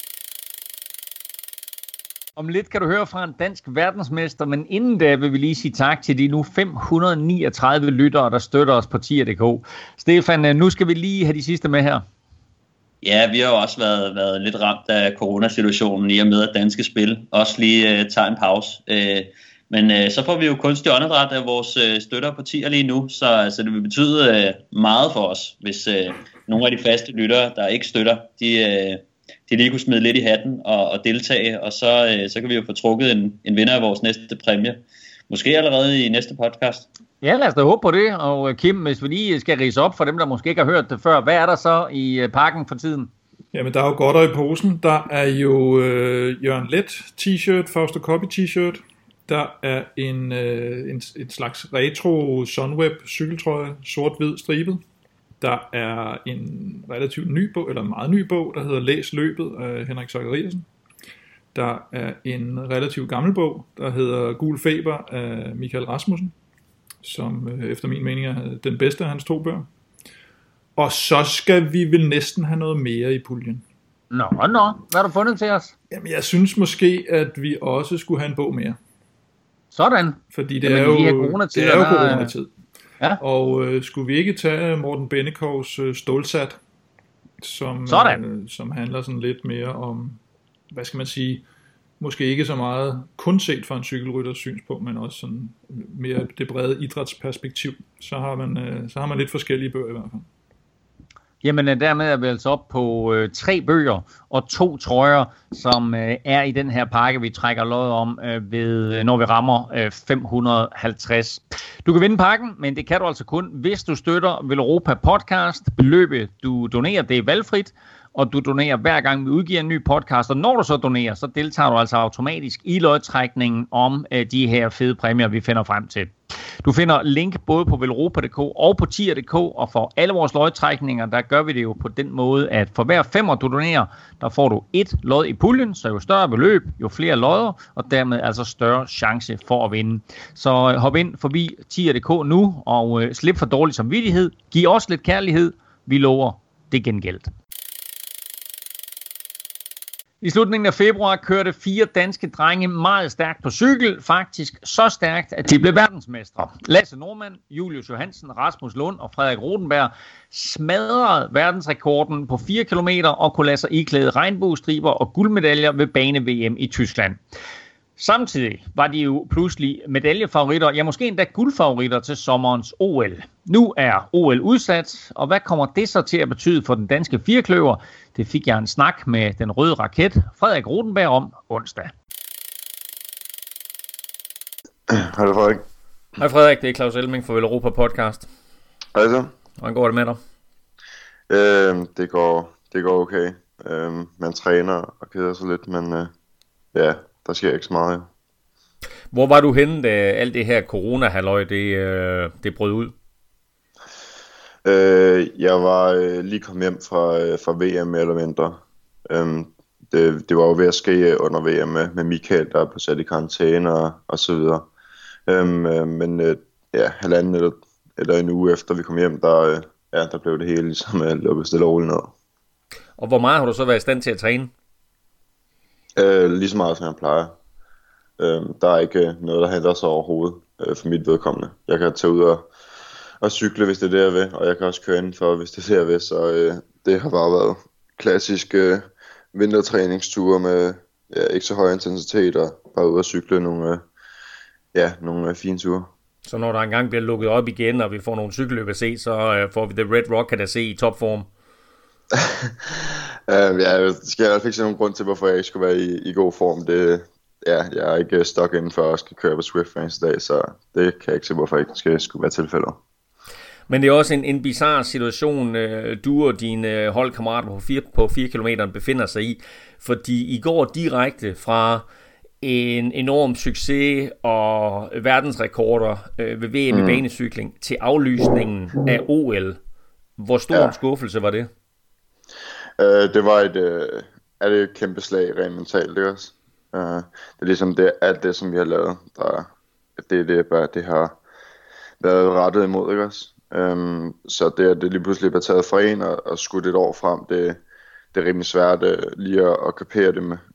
Om lidt kan du høre fra en dansk verdensmester, men inden da vil vi lige sige tak til de nu 539 lyttere, der støtter os på tier.dk. Stefan, nu skal vi lige have de sidste med her. Ja, vi har jo også været lidt ramt af coronasituationen i og med, at Danske Spil også lige tager en pause. Men så får vi jo kunstig åndedræt af vores støtter på tier lige nu, så det vil betyde meget for os, hvis nogle af de faste lyttere, der ikke støtter, de lige kunne smide lidt i hatten og deltage, og så kan vi jo få trukket en vinder af vores næste præmie. Måske allerede i næste podcast. Ja, lad os da håbe på det. Og Kim, hvis vi lige skal rise op for dem, der måske ikke har hørt det før, hvad er der så i pakken for tiden? Jamen, der er jo godter i posen. Der er jo Jørgen Let t-shirt, Fausto Coppi t-shirt. Der er en slags retro Sunweb cykeltrøje, sort-hvid stribet. Der er en relativt ny bog, eller en meget ny bog, der hedder Læs løbet af Henrik Zachariasen. Der er en relativt gammel bog, der hedder Gul feber af Michael Rasmussen, som efter min mening er den bedste af hans 2 bøger. Og så skal vi vel næsten have noget mere i puljen. Nå, hvad har du fundet til os? Jamen, jeg synes måske, at vi også skulle have en bog mere. Sådan. Fordi det er jo coronatid. Ja. Og skulle vi ikke tage Morten Bennekovs Stålsat, som handler sådan lidt mere om, hvad skal man sige, måske ikke så meget kun set fra en cykelrytters synspunkt, men også sådan mere det brede idrætsperspektiv. Så har man lidt forskellige bøger i hvert fald. Jamen dermed er vi altså op på 3 bøger og 2 trøjer, som er i den her pakke, vi trækker lod om, når vi rammer 550. Du kan vinde pakken, men det kan du altså kun, hvis du støtter Velropa Podcast. Beløbet, du donerer, det er valgfrit, og du donerer hver gang vi udgiver en ny podcast, og når du så donerer, så deltager du altså automatisk i lodtrækningen om de her fede præmier, vi finder frem til. Du finder link både på velropa.dk og på tier.dk, og for alle vores lodtrækninger, der gør vi det jo på den måde, at for hver 5 du donerer, der får du 1 lod i puljen, så jo større beløb, jo flere lodder, og dermed altså større chance for at vinde. Så hop ind forbi tier.dk nu, og slip for dårlig samvittighed. Giv os lidt kærlighed. Vi lover, det er gengældt. I slutningen af februar kørte 4 danske drenge meget stærkt på cykel, faktisk så stærkt, at de blev verdensmestre. Lasse Norman, Julius Johansen, Rasmus Lund og Frederik Rodenberg smadrede verdensrekorden på 4 km og kunne lade sig iklæde regnbuestriber og guldmedaljer ved bane-VM i Tyskland. Samtidig var de jo pludselig medaljefavoritter, ja måske endda guldfavoritter til sommerens OL. Nu er OL udsat, og hvad kommer det så til at betyde for den danske firkløver? Det fik jeg en snak med den røde raket, Frederik Rodenberg, om onsdag. Hej Frederik. Hej Frederik, det er Claus Elming fra Velropa Podcast. Hej så. Hvordan går det med dig? Det går okay. Man træner og keder sig lidt, men ja, der sker ikke så meget. Hvor var du henne, da alt det her corona-halløj, det brød ud? Jeg var lige kommet hjem fra VM mere eller mindre. Det var jo ved at ske under VM med Michael, der blev sat i karantæne og så videre. Men halvanden eller en uge efter vi kom hjem, der blev det hele ligesom lukket stille og roligt ned. Og hvor meget har du så været i stand til at træne? Lige så meget som jeg plejer. Der er ikke noget, der henter sig overhovedet for mit vedkommende. Jeg kan tage ud at cykle, hvis det er det, jeg vil, og jeg kan også køre indenfor, hvis det er det, jeg vil, så det har bare været klassiske vintertræningsture med ikke så høj intensitet, og bare ud og cykle nogle fine ture. Så når der engang bliver lukket op igen, og vi får nogle cykelløb at se, så får vi The Red Rocket at se i topform. Jeg skal i hvert fald ikke se nogen grund til, hvorfor jeg ikke skulle være i god form. Jeg er ikke stok inden for at skal køre på Swift hver eneste dag, så det kan jeg ikke se, hvorfor jeg ikke skulle være tilfældet. Men det er også en bizarre situation, du og dine holdkammerater på 4 km befinder sig i, fordi I går direkte fra en enorm succes og verdensrekorder ved VM i banecykling til aflysningen af OL. Hvor stor en skuffelse var det? Det var et kæmpe slag rent mentalt, ikke også? Det er ligesom alt det, som vi har lavet, det har været rettet imod, ikke også? Så det lige pludselig var taget fra en og skudt et år frem, det er rimelig svært lige at kapere det med.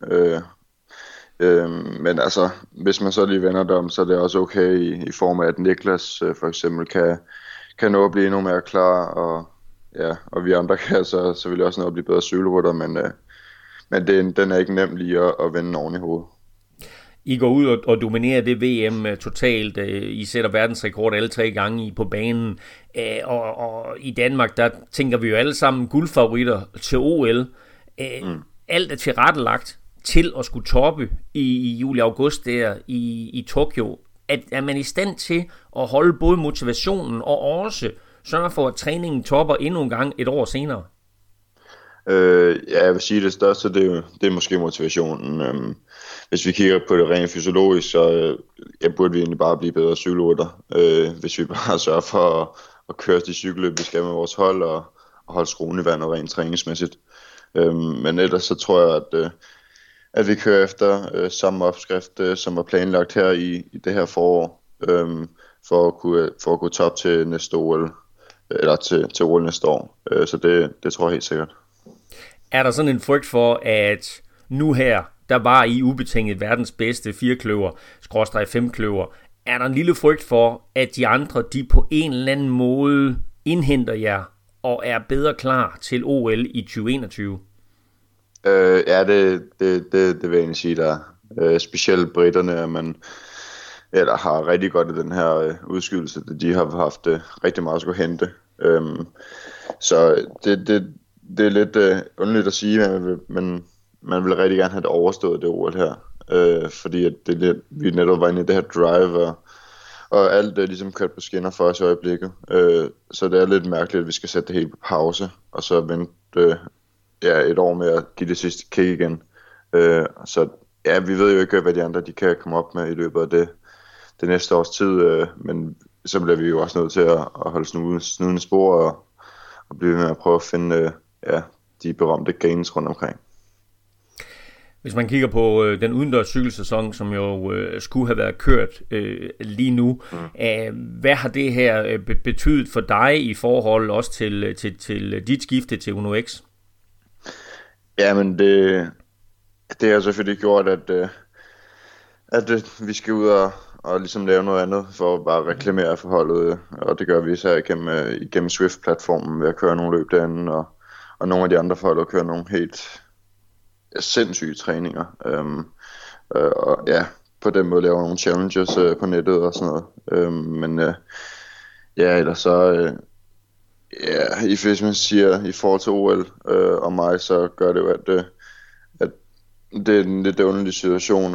Men altså, hvis man så lige vender det om, så er det også okay i form af, at Niklas for eksempel kan nå at blive endnu mere klar, og vi andre kan så vil jeg også nå at blive bedre cykelrytter, men den er ikke nem lige at vende oven i hovedet. I går ud og dominerer det VM totalt. I sætter verdensrekord alle 3 gange på banen. Og i Danmark, der tænker vi jo alle sammen guldfavoritter til OL. Alt er tilrettelagt til at skulle toppe i juli-august der i Tokyo. Er man i stand til at holde både motivationen og også sørge for, at træningen topper endnu en gang et år senere? Jeg vil sige, det største, det er måske motivationen. Hvis vi kigger på det rent fysiologisk, så burde vi egentlig bare blive bedre cykelrytter, hvis vi bare sørger for at køre de cykelløb, vi skal med vores hold, og holde skruen i vandet rent træningsmæssigt. Men ellers så tror jeg, at vi kører efter samme opskrift, som var planlagt her i det her forår, for at kunne top til næste OL, eller til OL næste år. Så det tror jeg helt sikkert. Er der sådan en frygt for, at nu her, der var I ubetinget verdens bedste 4-kløver, / 5-kløver, er der en lille frygt for, at de andre, de på en eller anden måde indhenter jer og er bedre klar til OL i 2021? Det vil jeg egentlig sige, der specielt britterne, har rigtig godt i den her udskydelse, de har haft rigtig meget at skulle hente. Så det er lidt underligt at sige, men man vil rigtig gerne have det overstået, det OL her. Fordi at vi netop var inde i det her drive, og alt det ligesom kørt på skinner for os i øjeblikket. Så det er lidt mærkeligt, at vi skal sætte det hele på pause, og så vente et år med at give det sidste kick igen. Så vi ved jo ikke, hvad de andre de kan komme op med i løbet af det næste års tid, men så bliver vi jo også nødt til at holde snudende spor og blive med at prøve at finde de berømte gains rundt omkring. Hvis man kigger på den udendørs cykelsæson, som jo skulle have været kørt lige nu, hvad har det her betydet for dig i forhold også til dit skifte til Uno X? Jamen det har selvfølgelig gjort, at vi skal ud og ligesom lave noget andet for at bare reklamere for holdet, og det gør vi især igennem Swift-platformen ved at køre nogle løb derinde, og nogle af de andre forhold kører nogle helt sindssyge træninger, og på den måde laver nogle challenges på nettet og sådan noget, ellers så hvis man siger i forhold til OL og mig, så gør det jo, at det er en lidt underlig situation,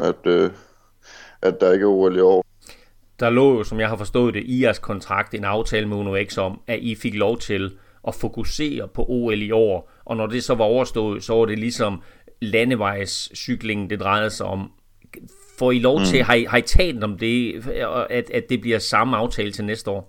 at der ikke er OL i år. Der lå jo, som jeg har forstået det, i jeres kontrakt en aftale med Uno X om, at I fik lov til at fokusere på OL i år, og når det så var overstået, så var det ligesom landevejscyklingen, det drejede sig om. Får I lov til, har I talt om det, at det bliver samme aftale til næste år?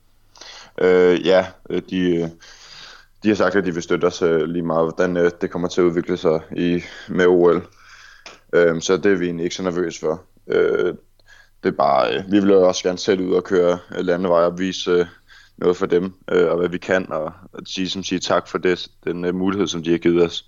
De har sagt, at de vil støtte os lige meget, hvordan det kommer til at udvikle sig med OL. Så det er vi egentlig ikke så nervøs for. Det er bare, vi vil jo også gerne selv ud og køre landeveje og vise noget for dem, og hvad vi kan, og sige tak for den mulighed, som de har givet os.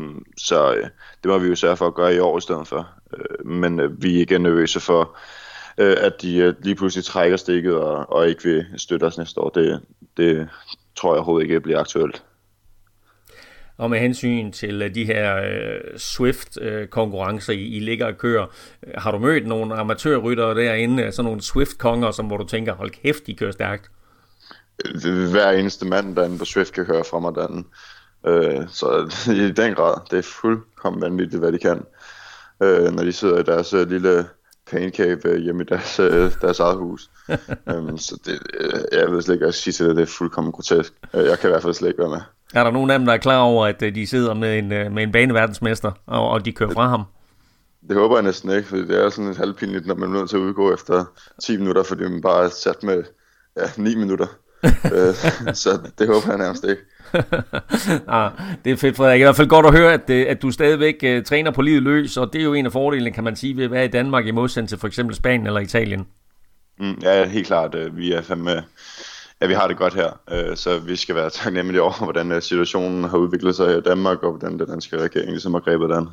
Så det må vi jo sørge for at gøre i år i stedet for. Men vi er ikke nervøse for, at de lige pludselig trækker stikket og ikke vil støtte os næste år. Det tror jeg overhovedet ikke bliver aktuelt. Og med hensyn til de her Swift-konkurrencer, I ligger og kører, har du mødt nogle amatørryttere derinde, sådan nogle Swift-konger, hvor du tænker, hold kæft, de kører stærkt? Hver eneste mand derinde på Swift kan høre fra mig derinde. Så i den grad, det er fuldkommen vanvittigt, hvad de kan. Når de sidder i deres lille pancave hjemme i deres eget hus. Så det, jeg ved slet ikke, hvad jeg skal sige til det. Det er fuldkommen grotesk. Jeg kan i hvert fald slet ikke være med. Er der nogen af dem, der er klar over, at de sidder med en baneverdensmester, og de kører fra ham? Det håber jeg næsten ikke, for det er sådan lidt halvpinligt, når man er nødt til at udgå efter 10 minutter, fordi man bare er sat med 9 minutter. Så det håber jeg nærmest ikke. Det er fedt, Frederik. I hvert fald godt at høre, at du stadigvæk træner på livet løs, og det er jo en af fordelene, kan man sige, ved at være i Danmark i modsætning til for eksempel Spanien eller Italien. Ja, helt klart. Vi er fandme... Ja, vi har det godt her, så vi skal være taknemmelige over, hvordan situationen har udviklet sig i Danmark, og hvordan den danske regering ligesom har grebet den.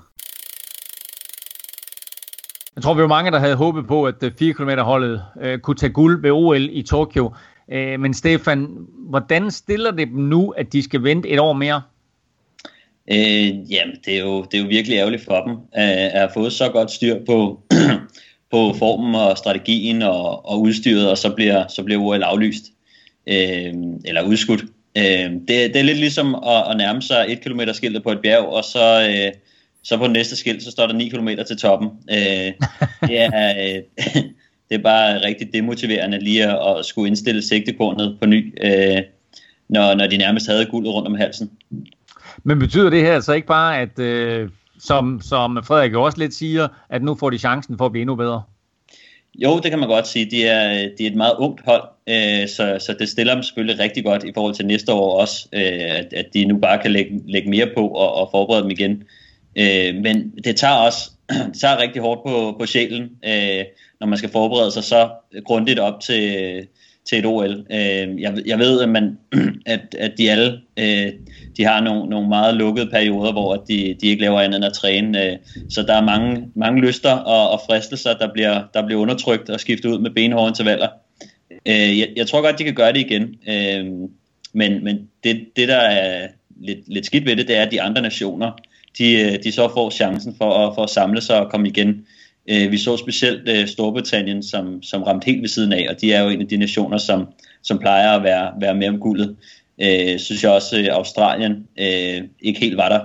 Jeg tror, vi var mange, der havde håbet på, at 4 km-holdet kunne tage guld ved OL i Tokyo. Men Stefan, hvordan stiller det dem nu, at de skal vente et år mere? Jamen, det er jo virkelig ærgerligt for dem, at have fået så godt styr på, på formen og strategien og udstyret, og så bliver OL aflyst. Eller udskudt. Det er lidt ligesom at nærme sig 1 kilometer skiltet på et bjerg, og så på det næste skilt, så står der 9 kilometer til toppen. Det er bare rigtig demotiverende lige at skulle indstille sigtekornet på ny, når de nærmest havde guldet rundt om halsen. Men betyder det her så ikke bare, at som Frederik også lidt siger, at nu får de chancen for at blive endnu bedre? Jo, det kan man godt sige. De er et meget ungt hold, så det stiller dem selvfølgelig rigtig godt i forhold til næste år også, at de nu bare kan lægge mere på og forberede dem igen. Men det tager rigtig hårdt på sjælen, når man skal forberede sig så grundigt op til et OL. Jeg ved, at de alle de har nogle meget lukkede perioder, hvor de ikke laver andet end at træne. Så der er mange lyster og fristelser, der bliver undertrykt og skiftet ud med benhårde intervaller. Jeg tror godt, de kan gøre det igen. Men det der er lidt skidt ved det er, at de andre nationer, de så får chancen for at samle sig og komme igen. Vi så specielt Storbritannien, som ramte helt ved siden af, og de er jo en af de nationer, som plejer at være med om guldet. Synes jeg også, Australien ikke helt var der.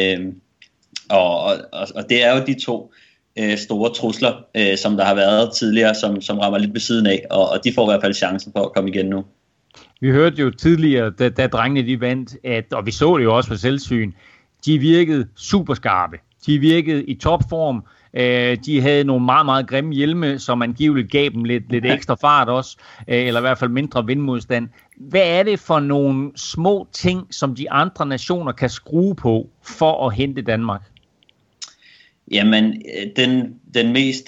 Og det er jo de to store trusler, som der har været tidligere, som rammer lidt ved siden af, og de får i hvert fald chancen for at komme igen nu. Vi hørte jo tidligere, da drengene de vandt, og vi så det jo også på selvsyn, de virkede super skarpe. De virkede i topform. De havde nogle meget, meget grimme hjelme, som angiveligt gav dem lidt ekstra fart også, eller i hvert fald mindre vindmodstand. Hvad er det for nogle små ting, som de andre nationer kan skrue på for at hente Danmark? Jamen, den mest,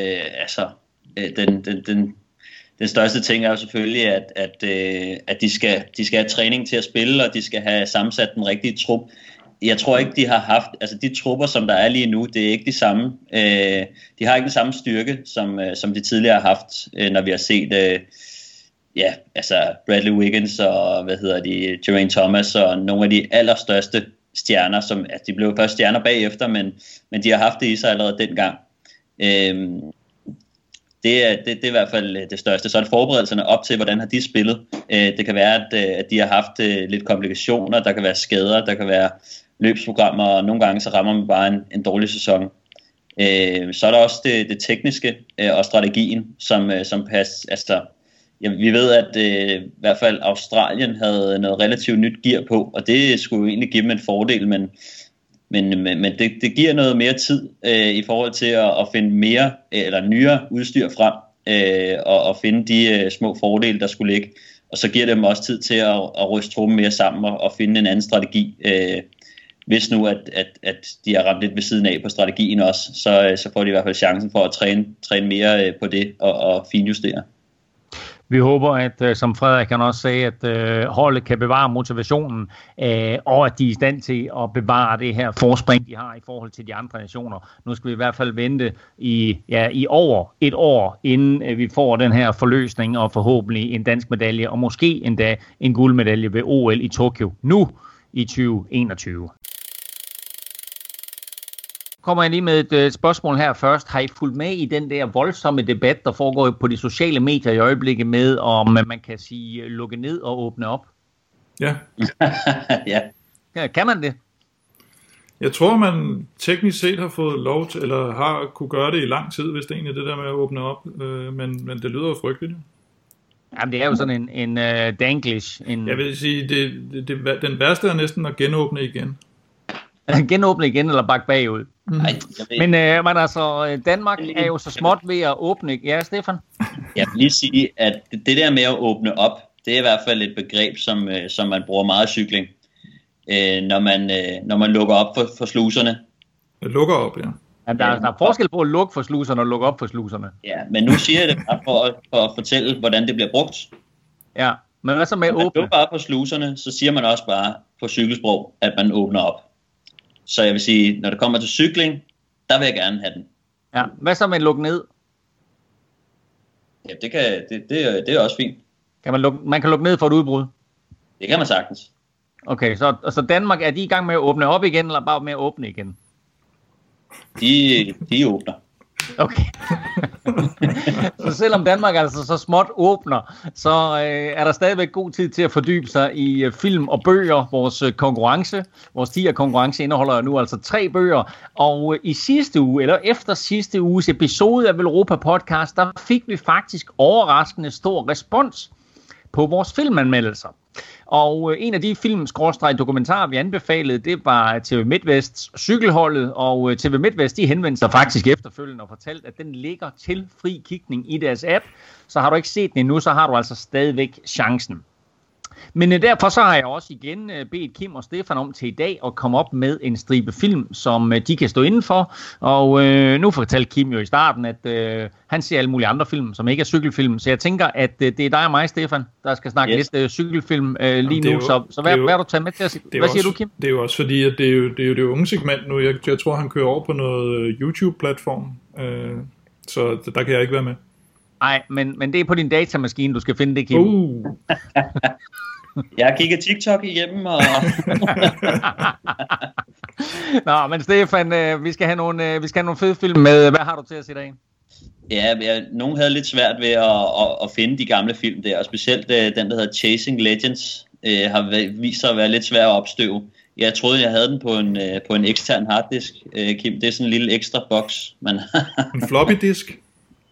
den største ting er jo selvfølgelig, at de skal have træning til at spille, og de skal have sammensat den rigtige trup. Jeg tror ikke, de har haft, altså de trupper, som der er lige nu, det er ikke de samme. De har ikke den samme styrke, som de tidligere har haft, når vi har set, Bradley Wiggins og, Geraint Thomas og nogle af de allerstørste stjerner, som, de blev først stjerner bagefter, men de har haft det i sig allerede dengang. Det er i hvert fald det største. Så er det forberedelserne op til, hvordan har de spillet. Det kan være, at de har haft lidt komplikationer, der kan være skader, der kan være løbsprogrammer, og nogle gange så rammer man bare en dårlig sæson. Så er der også det tekniske og strategien, som passer. Altså, vi ved, at i hvert fald Australien havde noget relativt nyt gear på, og det skulle jo egentlig give dem en fordel, men det giver noget mere tid i forhold til at finde mere eller nyere udstyr frem og finde de små fordele, der skulle ligge. Og så giver det dem også tid til at ryste truppen mere sammen og finde en anden strategi. Hvis nu, at de har ramt lidt ved siden af på strategien også, så får de i hvert fald chancen for at træne mere på det og finjustere. Vi håber, at som Frederik kan også sige, at holdet kan bevare motivationen, og at de er i stand til at bevare det her forspring, de har i forhold til de andre nationer. Nu skal vi i hvert fald vente i over et år, inden vi får den her forløsning, og forhåbentlig en dansk medalje, og måske endda en guldmedalje ved OL i Tokyo nu i 2021. Kommer jeg lige med et spørgsmål her først. Har I fulgt med i den der voldsomme debat, der foregår på de sociale medier i øjeblikket med, om man kan sige lukke ned og åbne op? Ja. Ja. Kan man det? Jeg tror, man teknisk set har fået lov til, eller har kunne gøre det i lang tid, hvis det egentlig er det der med at åbne op. Men det lyder jo frygteligt. Jamen, det er jo sådan en danglish. Jeg vil sige, den værste er næsten at genåbne igen. Genåbne igen eller bakke bagud. Men altså, Danmark er jo så småt ved at åbne. Ja, Stefan? Jeg vil lige sige, at det der med at åbne op, det er i hvert fald et begreb, som man bruger meget i cykling. Når man lukker op for sluserne. Det lukker op, ja. Jamen, der er forskel på at lukke for sluserne og lukke op for sluserne. Ja, men nu siger jeg det bare for at fortælle, hvordan det bliver brugt. Ja, men hvad så med at åbne? Når man lukker op for sluserne, så siger man også bare på cykelsprog, at man åbner op. Så jeg vil sige, når det kommer til cykling, der vil jeg gerne have den. Ja, hvad så med at lukke ned? Ja, det er også fint. Man kan lukke ned for et udbrud? Det kan man sagtens. Okay, så Danmark, er de i gang med at åbne op igen, eller bare med at åbne igen? De åbner. Okay. Så selvom Danmark altså så småt åbner, så er der stadigvæk god tid til at fordybe sig i film og bøger. Vores konkurrence, vores 10'er konkurrence indeholder nu altså 3 bøger. Og i sidste uge, eller efter sidste uges episode af Velropa Podcast, der fik vi faktisk overraskende stor respons på vores filmanmeldelser. Og en af de film-dokumentarer, vi anbefalede, det var TV MidtVests Cykelholdet, og TV MidtVest, de henvendte sig faktisk efterfølgende og fortalte, at den ligger til fri kigning i deres app. Så har du ikke set den endnu, så har du altså stadigvæk chancen. Men derfor så har jeg også igen bedt Kim og Stefan om til i dag at komme op med en stribe film, som de kan stå indenfor. Og nu fortalte Kim jo i starten, at han ser alle mulige andre film, som ikke er cykelfilm. Så jeg tænker, at det er dig og mig, Stefan, der skal snakke lidt cykelfilm lige nu. Så hvad har du taget med til at sige? Hvad siger du, Kim? Det er jo også fordi, at det er jo det unge segment nu. Jeg tror, han kører over på noget YouTube-platform. Så der kan jeg ikke være med. Nej, men det er på din datamaskine, du skal finde det, Kim. Jeg har kigget TikTok igennem, og... Nå, men Stefan, vi skal have nogle fede film med. Hvad har du til at sætte af? Ja, nogen havde lidt svært ved at finde de gamle film der, og specielt den, der hedder Chasing Legends, har vist sig at være lidt svær at opstøve. Jeg troede, jeg havde den på en ekstern harddisk, Kim. Det er sådan en lille ekstra boks. En floppy disk?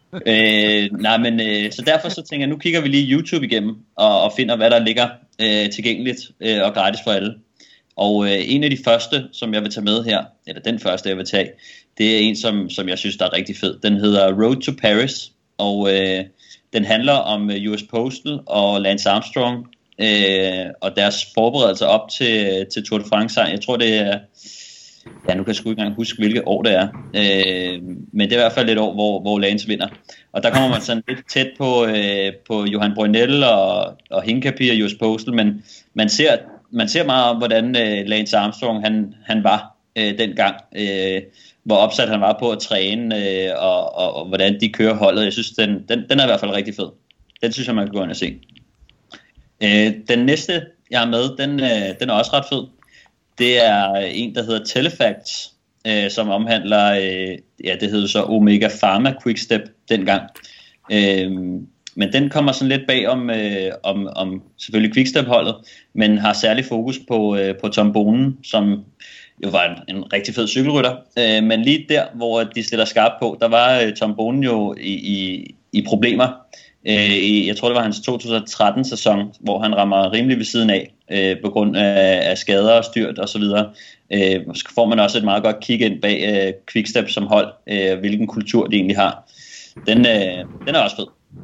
Så derfor så tænker jeg, nu kigger vi lige YouTube igennem og finder, hvad der ligger tilgængeligt og gratis for alle. Og en af de første, som jeg vil tage med her, eller den første, jeg vil tage, det er en, som jeg synes, der er rigtig fed. Den hedder Road to Paris, og den handler om US Postal og Lance Armstrong og deres forberedelser op til Tour de France. Jeg tror, det er... Ja, nu kan jeg sgu ikke engang huske, hvilket år det er. Men det er i hvert fald et år, hvor Lance vinder. Og der kommer man sådan lidt tæt på Johan Brunel og Hincapie og US Postal, men man ser meget om, hvordan Lance Armstrong han var dengang. Hvor opsat han var på at træne, og hvordan de kører holdet. Jeg synes, den er i hvert fald rigtig fed. Den synes jeg, man kan gå ind og se. Den næste, jeg har med, den er også ret fed. Det er en, der hedder Telefacts, som omhandler, det hedder så Omega Pharma Quickstep dengang. Men den kommer sådan lidt bag om selvfølgelig Quickstep-holdet, men har særlig fokus på Tom Bonen, som jo var en rigtig fed cykelrytter. Men lige der, hvor de stiller skarpt på, der var Tom Bonen jo i problemer. Jeg tror, det var hans 2013-sæson, hvor han rammer rimelig ved siden af på grund af skader og styrt osv. Så får man også et meget godt kig ind bag Quickstep som hold, hvilken kultur de egentlig har. Den er også fed.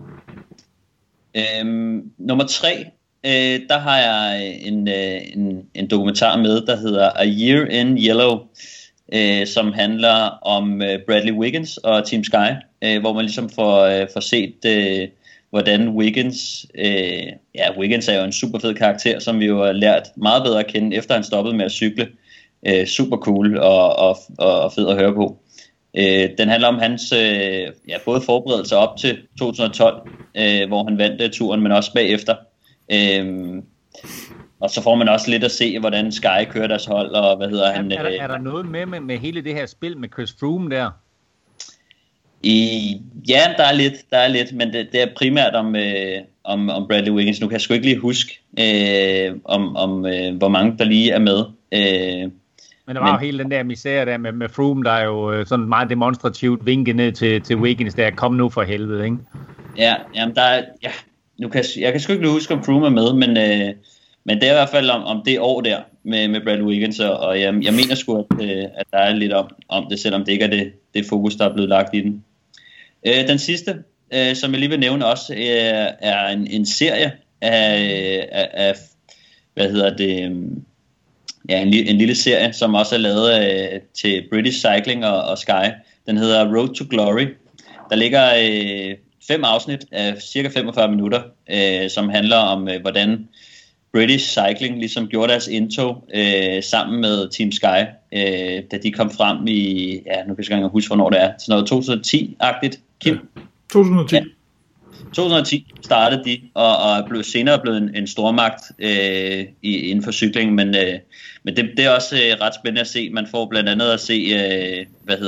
Nummer 3, der har jeg en dokumentar med, der hedder A Year in Yellow, som handler om Bradley Wiggins og Team Sky, hvor man ligesom får set hvordan Wiggins, Wiggins er jo en super fed karakter, som vi jo har lært meget bedre at kende, efter han stoppede med at cykle. Super cool og fed at høre på. Den handler om hans både forberedelser op til 2012, hvor han vandt turen, men også bagefter. Og så får man også lidt at se, hvordan Sky kører deres hold, og hvad hedder han... Er der noget med hele det her spil med Chris Froome der? Ja, der er lidt, men det er primært om Bradley Wiggins. Nu kan jeg sgu ikke lige huske, hvor mange der lige er med. Men der var jo hele den der misære der med Froome, der er jo sådan meget demonstrativt vinket ned til Wiggins der. Kom nu for helvede, ikke? Ja, jamen der er... Ja, jeg kan sgu ikke huske, om Froome er med, men det er i hvert fald om det år der med Bradley Wiggins, og jeg mener sgu, at der er lidt om det, selvom det ikke er det fokus, der er blevet lagt i den. Den sidste, som jeg lige vil nævne også, er en serie af hvad hedder det... en lille serie, som også er lavet til British Cycling og Sky. Den hedder Road to Glory. Der ligger 5 afsnit af cirka 45 minutter, som handler om, hvordan British Cycling ligesom gjorde deres indtog sammen med Team Sky, da de kom frem i, nu kan jeg ikke engang huske, hvornår det er, sådan noget 2010-agtigt. Kim? 2010. Ja. 2010 startede de, og blev senere blevet en stormagt inden for cykling, men det er også ret spændende at se. Man får blandt andet at se,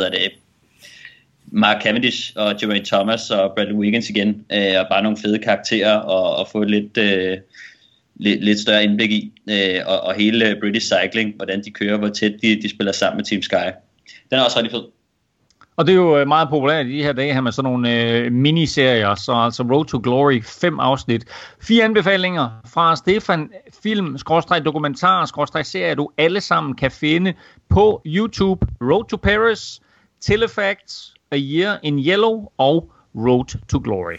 Mark Cavendish og Geraint Thomas og Bradley Wiggins igen, og bare nogle fede karakterer, og få lidt større indblik i, og hele British Cycling, hvordan de kører, hvor tæt de spiller sammen med Team Sky. Den er også rigtig fed. Og det er jo meget populært i de her dage her med sådan nogle miniserier, så altså Road to Glory, 5 afsnit. 4 anbefalinger fra Stefan, film, dokumentar, serie, du alle sammen kan finde på YouTube. Road to Paris, Telefacts, A Year in Yellow og Road to Glory.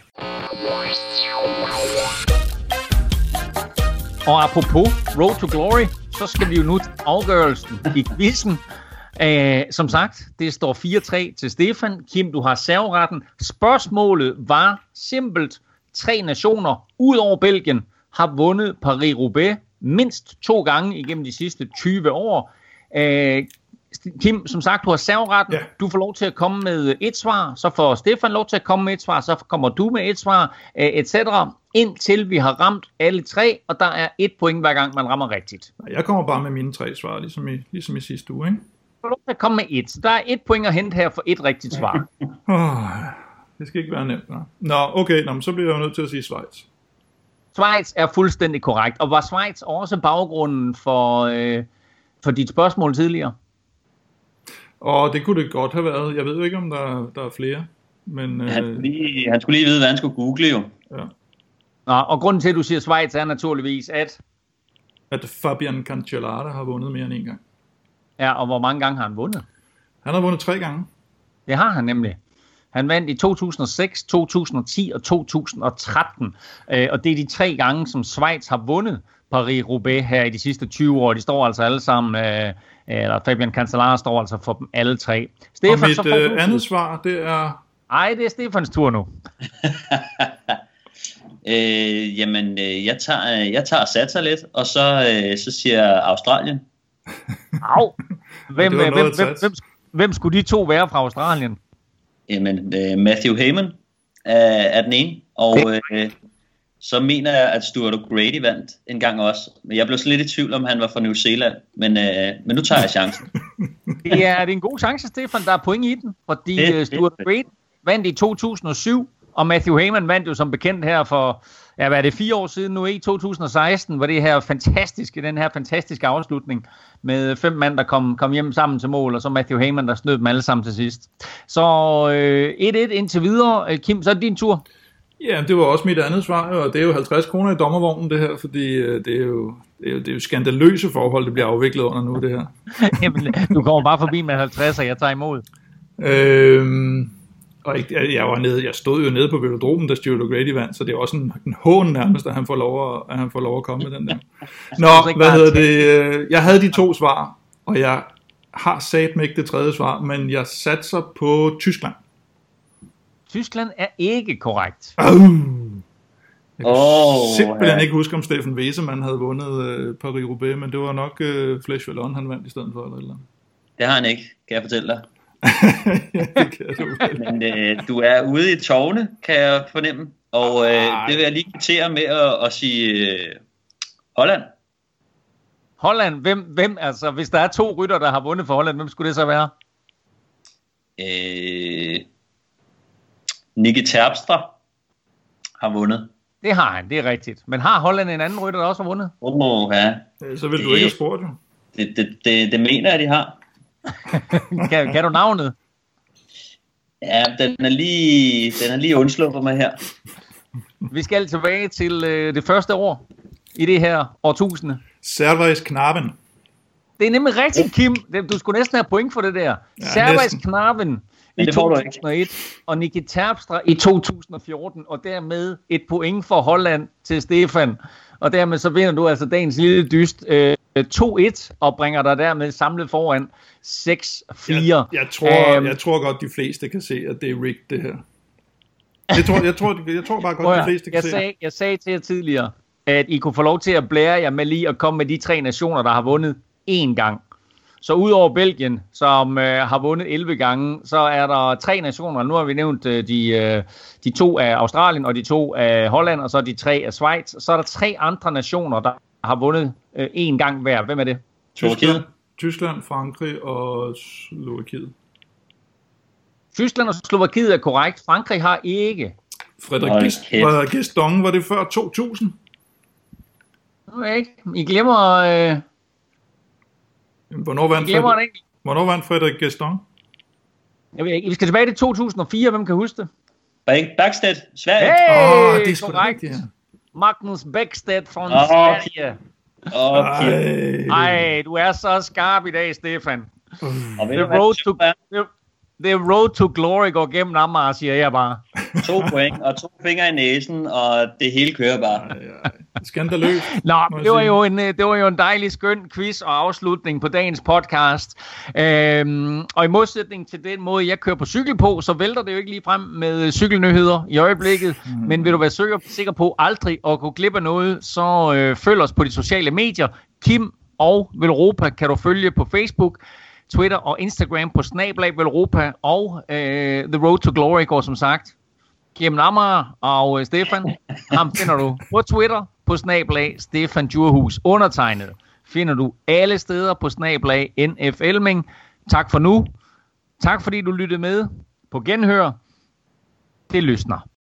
Og apropos Road to Glory, så skal vi jo nu til afgørelsen i quizzen. Som sagt, det står 4-3 til Stefan. Kim, du har serveretten. Spørgsmålet var simpelt. 3 nationer ud over Belgien har vundet Paris-Roubaix mindst 2 gange igennem de sidste 20 år. Kim, som sagt, du har serveretten. Ja. Du får lov til at komme med et svar. Så får Stefan lov til at komme med et svar. Så kommer du med et svar, etc. Indtil vi har ramt alle 3. Og der er 1 point hver gang, man rammer rigtigt. Jeg kommer bare med mine 3 svar, ligesom i sidste uge, ikke? Du får lov til at komme med 1. Så der er 1 point at hente her for 1 rigtigt svar. Det skal ikke være nemt. Okay, så bliver jeg jo nødt til at sige Schweiz. Schweiz er fuldstændig korrekt. Og var Schweiz også baggrunden for dit spørgsmål tidligere? Og det kunne det godt have været. Jeg ved jo ikke, om der er flere. Men, han skulle lige vide, hvad han skulle google jo. Ja. Nå, og grunden til, at du siger Schweiz, er naturligvis, at Fabian Cancellara har vundet mere end 1 gang. Ja, og hvor mange gange har han vundet? Han har vundet 3 gange. Det har han nemlig. Han vandt i 2006, 2010 og 2013. Og det er de 3 gange, som Schweiz har vundet Paris-Roubaix her i de sidste 20 år. De står altså alle sammen, eller Fabian Cancellara står altså for dem alle 3. Stefan, og mit andet svar, det er... Ej, det er Stefans tur nu. Jeg tager satser lidt, og så siger jeg Australien. Au! Hvem skulle de 2 være fra Australien? Jamen, Matthew Hayman er den ene, og så mener jeg, at Stuart O'Grady vandt en gang også. Men jeg blev så lidt i tvivl, om han var fra New Zealand, men nu tager jeg chancen. Det er en god chance, Stefan. Der er point i den, fordi Stuart O'Grady vandt i 2007, og Matthew Hayman vandt jo som bekendt her for, hvad er det, 4 år siden nu, i 2016, var det her den her fantastiske afslutning med 5 mand, der kom hjem sammen til mål, og så Matthew Hayman, der snød dem alle sammen til sidst. Så 1-1 indtil videre. Kim, så er det din tur. Ja, det var også mit andet svar, og det er jo 50 kroner i dommervognen, det her, fordi det er jo skandaløse forhold, det bliver afviklet under nu, det her. Jamen, du kommer bare forbi med 50, og jeg tager imod. Og jeg stod jo nede på velodromen, da Stuart O'Grady vandt, så det er også en hån nærmest, at han får lov at komme med den der. Nå, hvad hedder det? Jeg havde de 2 svar, og jeg har satme ikke det 3. svar, men jeg satser på Tyskland. Tyskland er ikke korrekt. Jeg kan simpelthen ikke huske, om Steffen Wesemann havde vundet Paris-Roubaix, men det var nok Flesh Wallon, han vandt i stedet for. Eller. Det har han ikke, kan jeg fortælle dig. Ja, det kan du. Men du er ude i tårne, kan jeg fornemme. Og det vil jeg lige kvittere med at sige Holland. Holland? Hvem? Altså, hvis der er 2 rytter, der har vundet for Holland, hvem skulle det så være? Nicky Terpstra har vundet. Det har han, det er rigtigt. Men har Holland en anden rytter, der også har vundet? Ja. Så vil du ikke have spurgt, jo. Det mener jeg, de har. kan du navnet? Ja, den er lige undsluppet mig her. Vi skal tilbage til det første år i det her årtusinde. Servais Knaben. Det er nemlig rigtigt, Kim. Du skulle næsten have point for det der. Ja, Servais Knaben i 2001 og Nicky Terpstra i 2014, og dermed et point for Holland til Stefan. Og dermed så vinder du altså dagens lille dyst 2-1 og bringer dig dermed samlet foran 6-4. Jeg tror godt, de fleste kan se, at det er rigged, det her. Jeg tror bare godt, de fleste kan se. Jeg sagde til jer tidligere, at I kunne få lov til at blære jer med lige at komme med de 3 nationer, der har vundet 1 gang. Så udover Belgien, som har vundet 11 gange, så er der 3 nationer. Nu har vi nævnt de 2 af Australien og de 2 af Holland, og så de 3 af Schweiz. Så er der 3 andre nationer, der har vundet 1 gang hver. Hvem er det? Tyskland, Frankrig og Slovakiet. Tyskland og Slovakiet er korrekt. Frankrig har ikke. Frederik Gaston, var det før 2000? Ikke. I glemmer... Hvornår vandt Frederik Gaston? Jeg ved ikke. Vi skal tilbage til 2004. Hvem kan huske det? Bäckstedt, Sverige. Hey, det er sgu korrekt. rigtigt, ja. Magnus Bäckstedt fra Sverige. Ej, du er så skarp i dag, Stefan. The road to glory går gennem Amager, siger jeg bare. 2 point og 2 fingre i næsen, og det hele kører bare. Skandaløst. Nå, det var jo en dejlig skøn quiz og afslutning på dagens podcast. Og i modsætning til den måde, jeg kører på cykel på, så vælter det jo ikke lige frem med cykelnyheder i øjeblikket. Men vil du være sikker på aldrig at gå glip af noget, så følg os på de sociale medier. Kim og Velropa kan du følge på Facebook, Twitter og Instagram på @Velropa, og The Road to Glory går som sagt gennem Amager, og Stefan, ham finder du på Twitter på @Stefan Djurhus. Undertegnet finder du alle steder på @NFElming. Tak for nu. Tak fordi du lyttede med på Genhør. Det lysner.